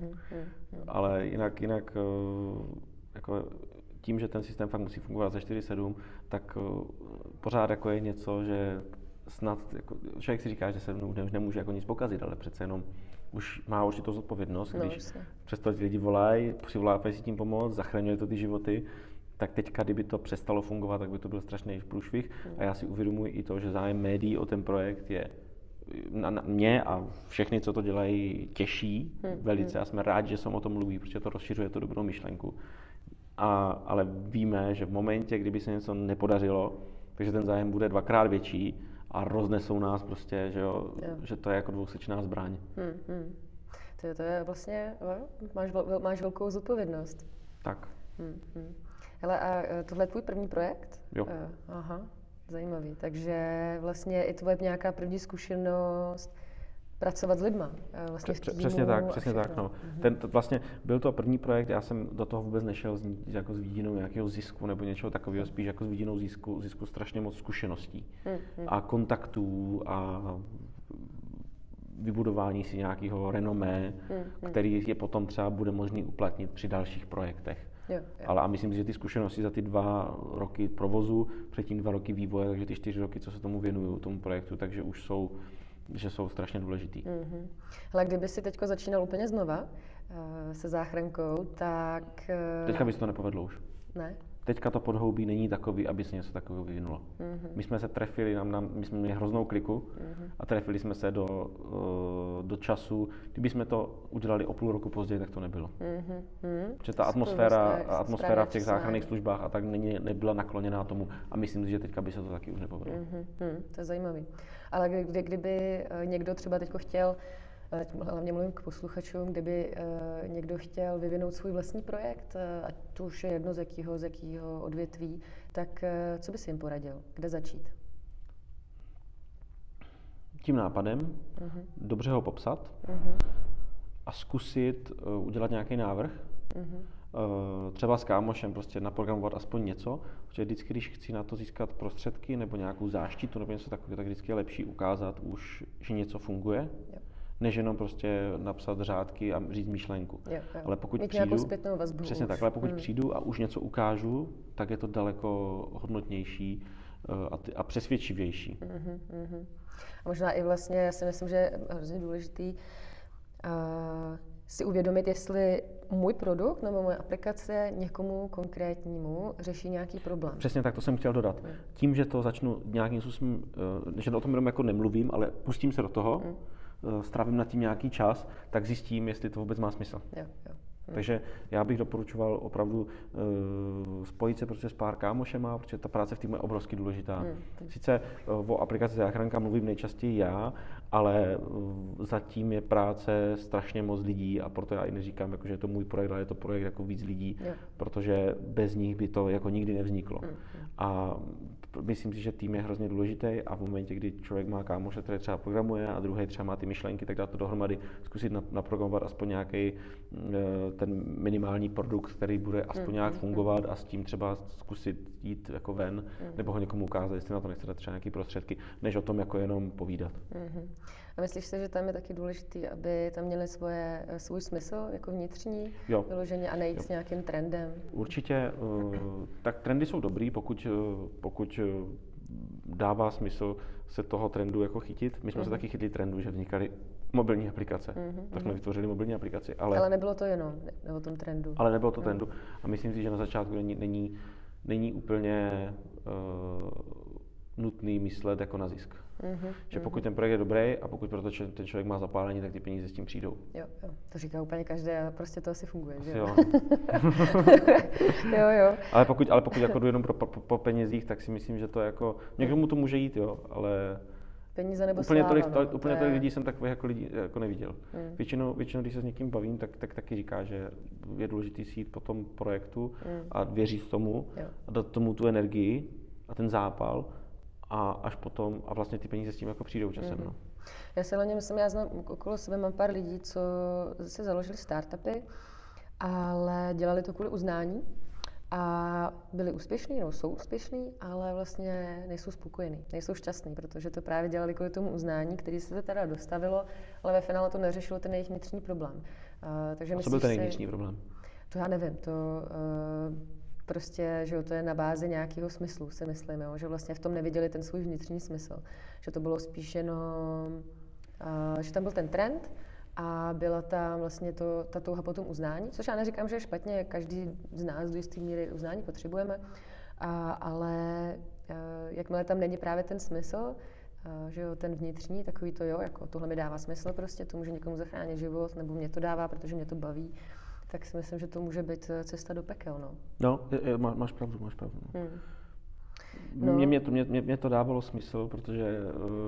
Ale jinak jako tím, že ten systém fakt musí fungovat za 24/7, tak pořád jako je něco, že snad, jako, člověk si říká, že se už nemůže jako nic pokazit, ale přece jenom už má určitou zodpovědnost, když přesto lidi volají, přivolávají si tím pomoct, zachraňuje to ty životy, tak teďka, kdyby to přestalo fungovat, tak by to byl strašný průšvih. A já si uvědomuji i to, že zájem médií o ten projekt je na mě a všechny, co to dělají, těší velice a jsme rádi, že se o tom mluví, protože to rozšiřuje tu dobrou myšlenku. Ale víme, že v momentě, kdyby se něco nepodařilo, takže ten zájem bude 2krát větší a roznesou nás prostě, že to je jako dvousečná zbraň. To je vlastně, máš velkou zodpovědnost. Tak. Hele, a tohle je tvůj první projekt? Jo. Aha, zajímavý. Takže vlastně i tvoje nějaká první zkušenost pracovat s lidma. Vlastně v týmu přesně tak. No. Vlastně byl to první projekt, já jsem do toho vůbec nešel jako s vidinou nějakého zisku nebo něčeho takového, spíš jako s vidinou zisku strašně moc zkušeností a kontaktů a vybudování si nějakého renomé, který je potom třeba bude možný uplatnit při dalších projektech. Jo. Ale a myslím si, že ty zkušenosti za ty 2 roky provozu, předtím 2 roky vývoje, takže ty 4 roky, co se tomu věnuju, tomu projektu, takže už jsou strašně důležitý. Ale kdyby si teďko začínal úplně znova se záchrankou, tak... Teďka by se to nepovedlo už. Ne? Teďka to podhoubí není takový, aby se něco takového vyvinulo. My jsme se trefili, my jsme měli hroznou kliku a trefili jsme se do času, kdyby jsme to udělali o půl roku později, tak to nebylo. Protože ta atmosféra v těch záchranných službách a tak nebyla nakloněná tomu a myslím si, že teďka by se to taky už nepovedlo. To je zajímavý. Ale kdyby někdo třeba teďko chtěl, hlavně mluvím k posluchačům, kdyby někdo chtěl vyvinout svůj vlastní projekt, ať to už je jedno z jakého odvětví, tak co by si jim poradil? Kde začít? Tím nápadem, dobře ho popsat a zkusit udělat nějaký návrh. Třeba s kámošem prostě naprogramovat aspoň něco, protože vždycky, když chci na to získat prostředky nebo nějakou záštitu nebo něco takového, tak vždycky je lepší ukázat už, že něco funguje. Než jenom prostě napsat řádky a říct myšlenku. Jo. Ale pokud mít přijdu, zpětnou vazbu. Přesně tak, ale pokud přijdu a už něco ukážu, tak je to daleko hodnotnější a přesvědčivější. A možná i vlastně, já si myslím, že je hrozně důležitý si uvědomit, jestli můj produkt nebo moje aplikace někomu konkrétnímu řeší nějaký problém. Přesně tak, to jsem chtěl dodat. Tím, že to začnu nějakým způsobem, že o tom jenom jako nemluvím, ale pustím se do toho, strávím nad tím nějaký čas, tak zjistím, jestli to vůbec má smysl. Jo. Takže já bych doporučoval opravdu spojit se prostě s pár kámošema, protože ta práce v týmu je obrovsky důležitá. Sice o aplikaci záchranka mluvím nejčastěji já, ale zatím je práce strašně moc lidí a proto já i neříkám, jako, že je to můj projekt, ale je to projekt jako víc lidí, protože bez nich by to jako nikdy nevzniklo. A myslím si, že tým je hrozně důležitý a v momentě, kdy člověk má kámoše, který třeba programuje a druhý třeba má ty myšlenky, tak dá to dohromady, zkusit naprogramovat aspoň nějaký ten minimální produkt, který bude aspoň nějak fungovat a s tím třeba zkusit jít jako ven, nebo ho někomu ukázat, jestli na to nechce dát třeba nějaké prostředky, než o tom jako jenom povídat. A myslíš si, že tam je taky důležité, aby tam měli svůj smysl, jako vnitřní, vyloženě a nejít s nějakým trendem? Určitě, tak trendy jsou dobrý, pokud dává smysl se toho trendu jako chytit. My jsme se taky chytli trendu, že vznikaly mobilní aplikace. Tak jsme vytvořili mobilní aplikaci. Ale nebylo to jenom o tom trendu. Ale nebylo to trendu. A myslím si, že na začátku není úplně nutný myslet jako na zisk. Že pokud ten projekt je dobrý a pokud proto ten člověk má zapálení, tak ty peníze s tím přijdou. Jo, to říká úplně každý a prostě to asi funguje, asi že jo? Jo. Ale pokud jako jdu jenom po penězích, tak si myslím, že to jako, někomu to může jít, jo, ale peníze nebo úplně sláva, tolik lidí jsem takových jako lidí jako neviděl. Většinou, když se s někým bavím, tak taky říká, že je důležitý si jít po tom projektu a věřit tomu a dát tomu tu energii a ten zápal a až potom, a vlastně ty peníze s tím jako přijdou časem. No. Já si hlavně myslím, já znám okolo sebe, mám pár lidí, co si založili startupy, ale dělali to kvůli uznání a byli úspěšní, nebo jsou úspěšní, ale vlastně nejsou spokojení, nejsou šťastní, protože to právě dělali kvůli tomu uznání, který se to teda dostavilo, ale ve finále to neřešilo ten jejich vnitřní problém. Takže co byl ten vnitřní problém? To já nevím, to prostě, že to je na bázi nějakého smyslu, si myslím, jo? Že vlastně v tom neviděli ten svůj vnitřní smysl. Že to bylo spíš jenom, že tam byl ten trend a byla tam vlastně ta touha po tom uznání, což já neříkám, že je špatně, každý z nás do jisté míry uznání potřebujeme, ale jakmile tam není právě ten smysl, že jo, ten vnitřní, takový to jo, jako tohle mi dává smysl prostě, to může někomu zachránit život, nebo mě to dává, protože mě to baví, tak si myslím, že to může být cesta do pekel, no. No, máš pravdu. No. Mě to dávalo smysl, protože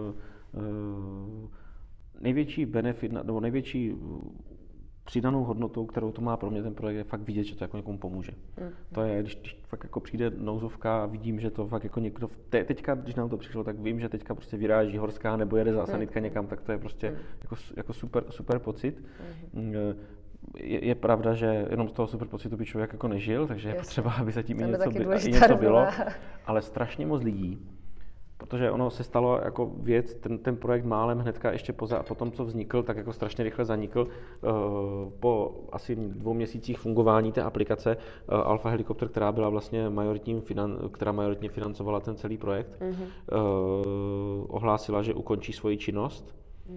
největší benefit, nebo největší přidanou hodnotou, kterou to má pro mě ten projekt, je fakt vidět, že to jako někomu pomůže. To je, když fakt jako přijde nouzovka a vidím, že to fakt jako někdo, teďka, když nám to přišlo, tak vím, že teďka prostě vyráží horská nebo jede sanitka někam, tak to je prostě jako super pocit. Je pravda, že jenom z toho super pocitu by člověk jako nežil, takže je potřeba, aby za tím i něco bylo, ale strašně moc lidí, protože ono se stalo jako věc, ten projekt málem hnedka ještě po tom, co vznikl, tak jako strašně rychle zanikl. Po asi 2 měsících fungování té aplikace Alfa Helikopter, která byla vlastně majoritně financovala ten celý projekt, ohlásila, že ukončí svoji činnost.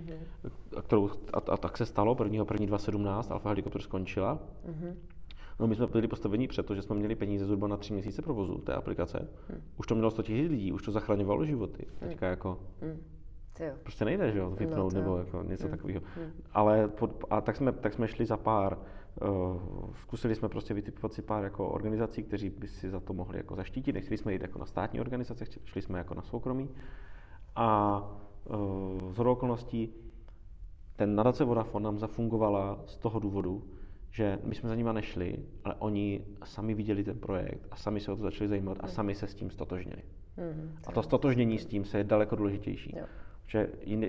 A tak se stalo, 1.1.2017 Alfa Helikopter skončila. No, my jsme byli postaveni před to, že jsme měli peníze zhruba na 3 měsíce provozu té aplikace. Už to mělo 100 000 lidí, už to zachraňovalo životy. Teďka jako prostě nejde, že jo, vypnout nebo jako něco takového. Ale tak jsme šli za pár, zkusili jsme prostě vytipovat si pár jako organizací, kteří by si za to mohli jako zaštítit. Nechtěli jsme jít jako na státní organizace, šli jsme jako na soukromí. A shodou okolností ten nadace Vodafone nám zafungovala z toho důvodu, že my jsme za nima nešli, ale oni sami viděli ten projekt a sami se o to začali zajímat a sami se s tím stotožnili. A to stotožnění s tím se je daleko důležitější. Že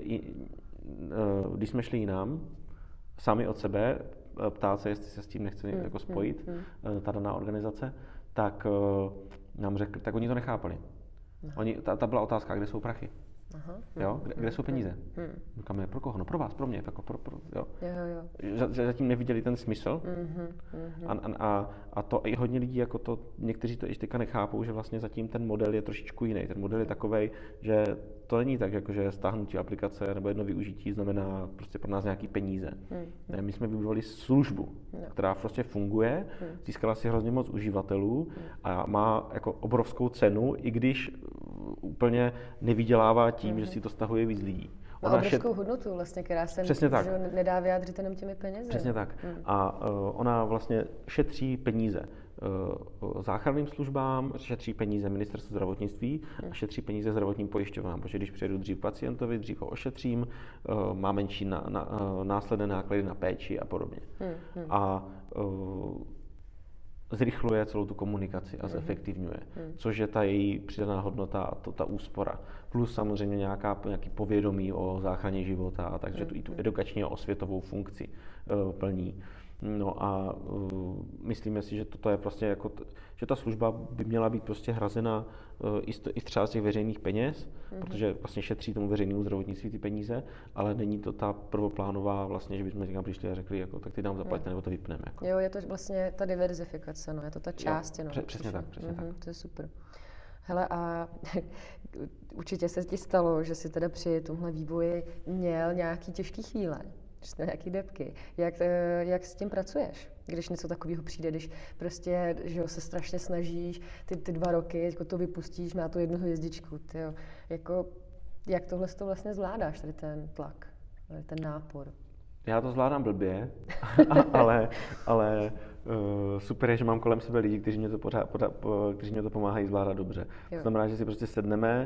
když jsme šli jinam, sami od sebe, ptát se, jestli se s tím nechce jako spojit, ta daná organizace, tak nám řekli, tak oni to nechápali. Ta byla otázka, kde jsou prachy. Jo? Kde jsou peníze? Říkáme, pro koho? No pro vás, pro mě. Jako jo. Zatím neviděli ten smysl. A to i hodně lidí, jako to, někteří to i teďka nechápou, že vlastně zatím ten model je trošičku jiný. Ten model je takovej, že to není tak, jako že stáhnutí aplikace nebo jedno využití znamená prostě pro nás nějaký peníze. Ne, my jsme vybudovali službu, která prostě funguje, získala si hrozně moc uživatelů a má jako obrovskou cenu, i když úplně nevydělává tím, že si to stahuje víc lidí. Má obrovskou hodnotu vlastně, která se nedá vyjádřit jenom těmi penězi. Přesně tak. A ona vlastně šetří peníze záchranným službám, šetří peníze ministerstvu zdravotnictví a šetří peníze zdravotním pojišťovnám, protože když přijedu dřív pacientovi, dřív ho ošetřím, má menší následné náklady na péči a podobně. A zrychluje celou tu komunikaci a zefektivňuje, což je ta její přidaná hodnota a ta úspora. Plus samozřejmě nějaký povědomí o záchraně života, takže tu edukační a osvětovou funkci plní. No a myslíme si, že toto je prostě jako, že ta služba by měla být prostě hrazena i třeba z těch veřejných peněz, protože vlastně šetří tomu veřejnému zdravotnictví ty peníze, ale není to ta prvoplánová vlastně, že bychom někam přišli a řekli, jako, tak ty nám zaplaťte, nebo to vypneme. Jako. Jo, je to vlastně ta diverzifikace, no, je to ta část. Jo, přesně tak, přesně tak. To je super. Hele, a určitě se ti stalo, že jsi teda při tomhle vývoji měl nějaký těžký chvíle, že jsi měl nějaký depky. Jak s tím pracuješ, když něco takového přijde, když prostě, že jo, se strašně snažíš, ty 2 roky, jako to vypustíš, má to 1 hvězdičku, tyjo. Jako, jak tohle to vlastně zvládáš, tady ten tlak, tady ten nápor? Já to zvládám blbě, ale super je, že mám kolem sebe lidi, kteří mě to pomáhají zvládat dobře. To znamená, že si prostě sedneme,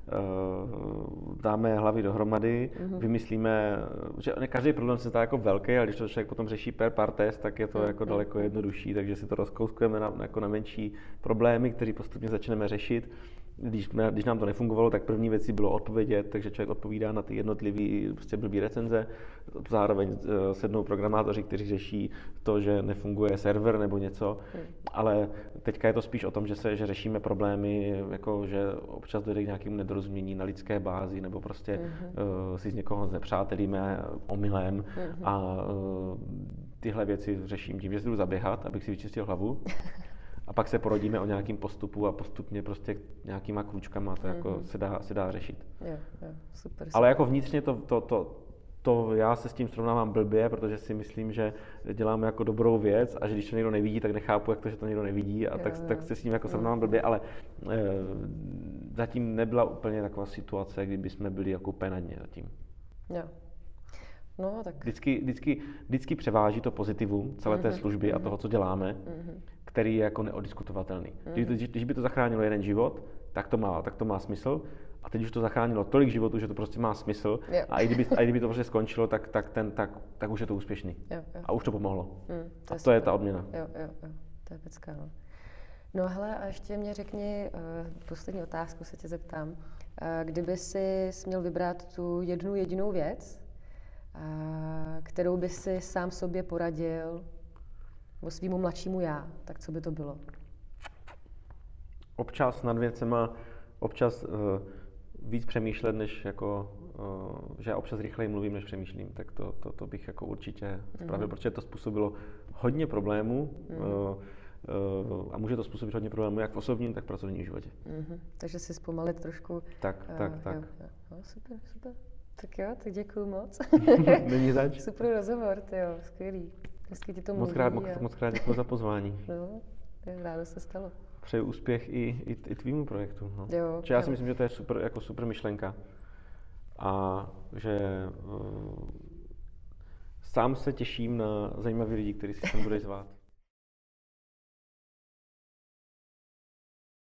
dáme hlavy dohromady, vymyslíme, že každý problém se zdá jako velký, ale když to člověk potom řeší per partes, tak je to jako daleko jednodušší, takže si to rozkouskujeme na menší problémy, které postupně začneme řešit. Když nám to nefungovalo, tak první věcí bylo odpovědět, takže člověk odpovídá na ty jednotlivé prostě blbý recenze. Zároveň sednou programátoři, kteří řeší to, že nefunguje server nebo něco, ale teďka je to spíš o tom, že řešíme problémy, jako že občas dojde k nějakému nedorozumění na lidské bázi, nebo prostě si z někoho znepřátelíme omylem a tyhle věci řeším tím, že si jdu zaběhat, abych si vyčistil hlavu. A pak se porodíme o nějakým postupu a postupně prostě nějakýma krůčkama to jako se dá řešit. Jo, super. Ale jako vnitřně to já se s tím srovnávám blbě, protože si myslím, že děláme jako dobrou věc a že když to někdo nevidí, tak nechápu, jak to, že to někdo nevidí a tak se s tím jako srovnávám blbě, ale zatím nebyla úplně taková situace, kdyby jsme byli jako úplně na dně zatím. Jo. No, tak... Vždycky převáží to pozitivum celé té služby a toho, co děláme, který je jako neodiskutovatelný. Když by to zachránilo jeden život, tak to má smysl. A teď už to zachránilo tolik životů, že to prostě má smysl. A i kdyby to prostě skončilo, tak už je to úspěšný. Jo. A už to pomohlo. To je ta odměna. Jo. To je pecka, no. No hele, a ještě mě řekni, poslední otázku se tě zeptám. Kdyby jsi měl vybrat tu jednu jedinou věc, kterou by si sám sobě poradil, nebo svýmu mladšímu já, tak co by to bylo? Občas nad věcema, víc přemýšlet, než jako, že já občas rychleji mluvím, než přemýšlím, tak to bych jako určitě spravil, protože to způsobilo hodně problémů a může to způsobit hodně problémů jak v osobním, tak v pracovním životě. Takže si zpomalit trošku. Tak. Jo. No, super. Tak jo, tak děkuju moc. Není zač. Super rozhovor, tyjo, skvělý. Hezky ti to mluví. Moc krát děkuji za pozvání. No, rádo se stalo. Přeju úspěch i tvýmu projektu. No. Jo, já si myslím, že to je super myšlenka a že sám se těším na zajímavé lidi, který si sem budeš zvát.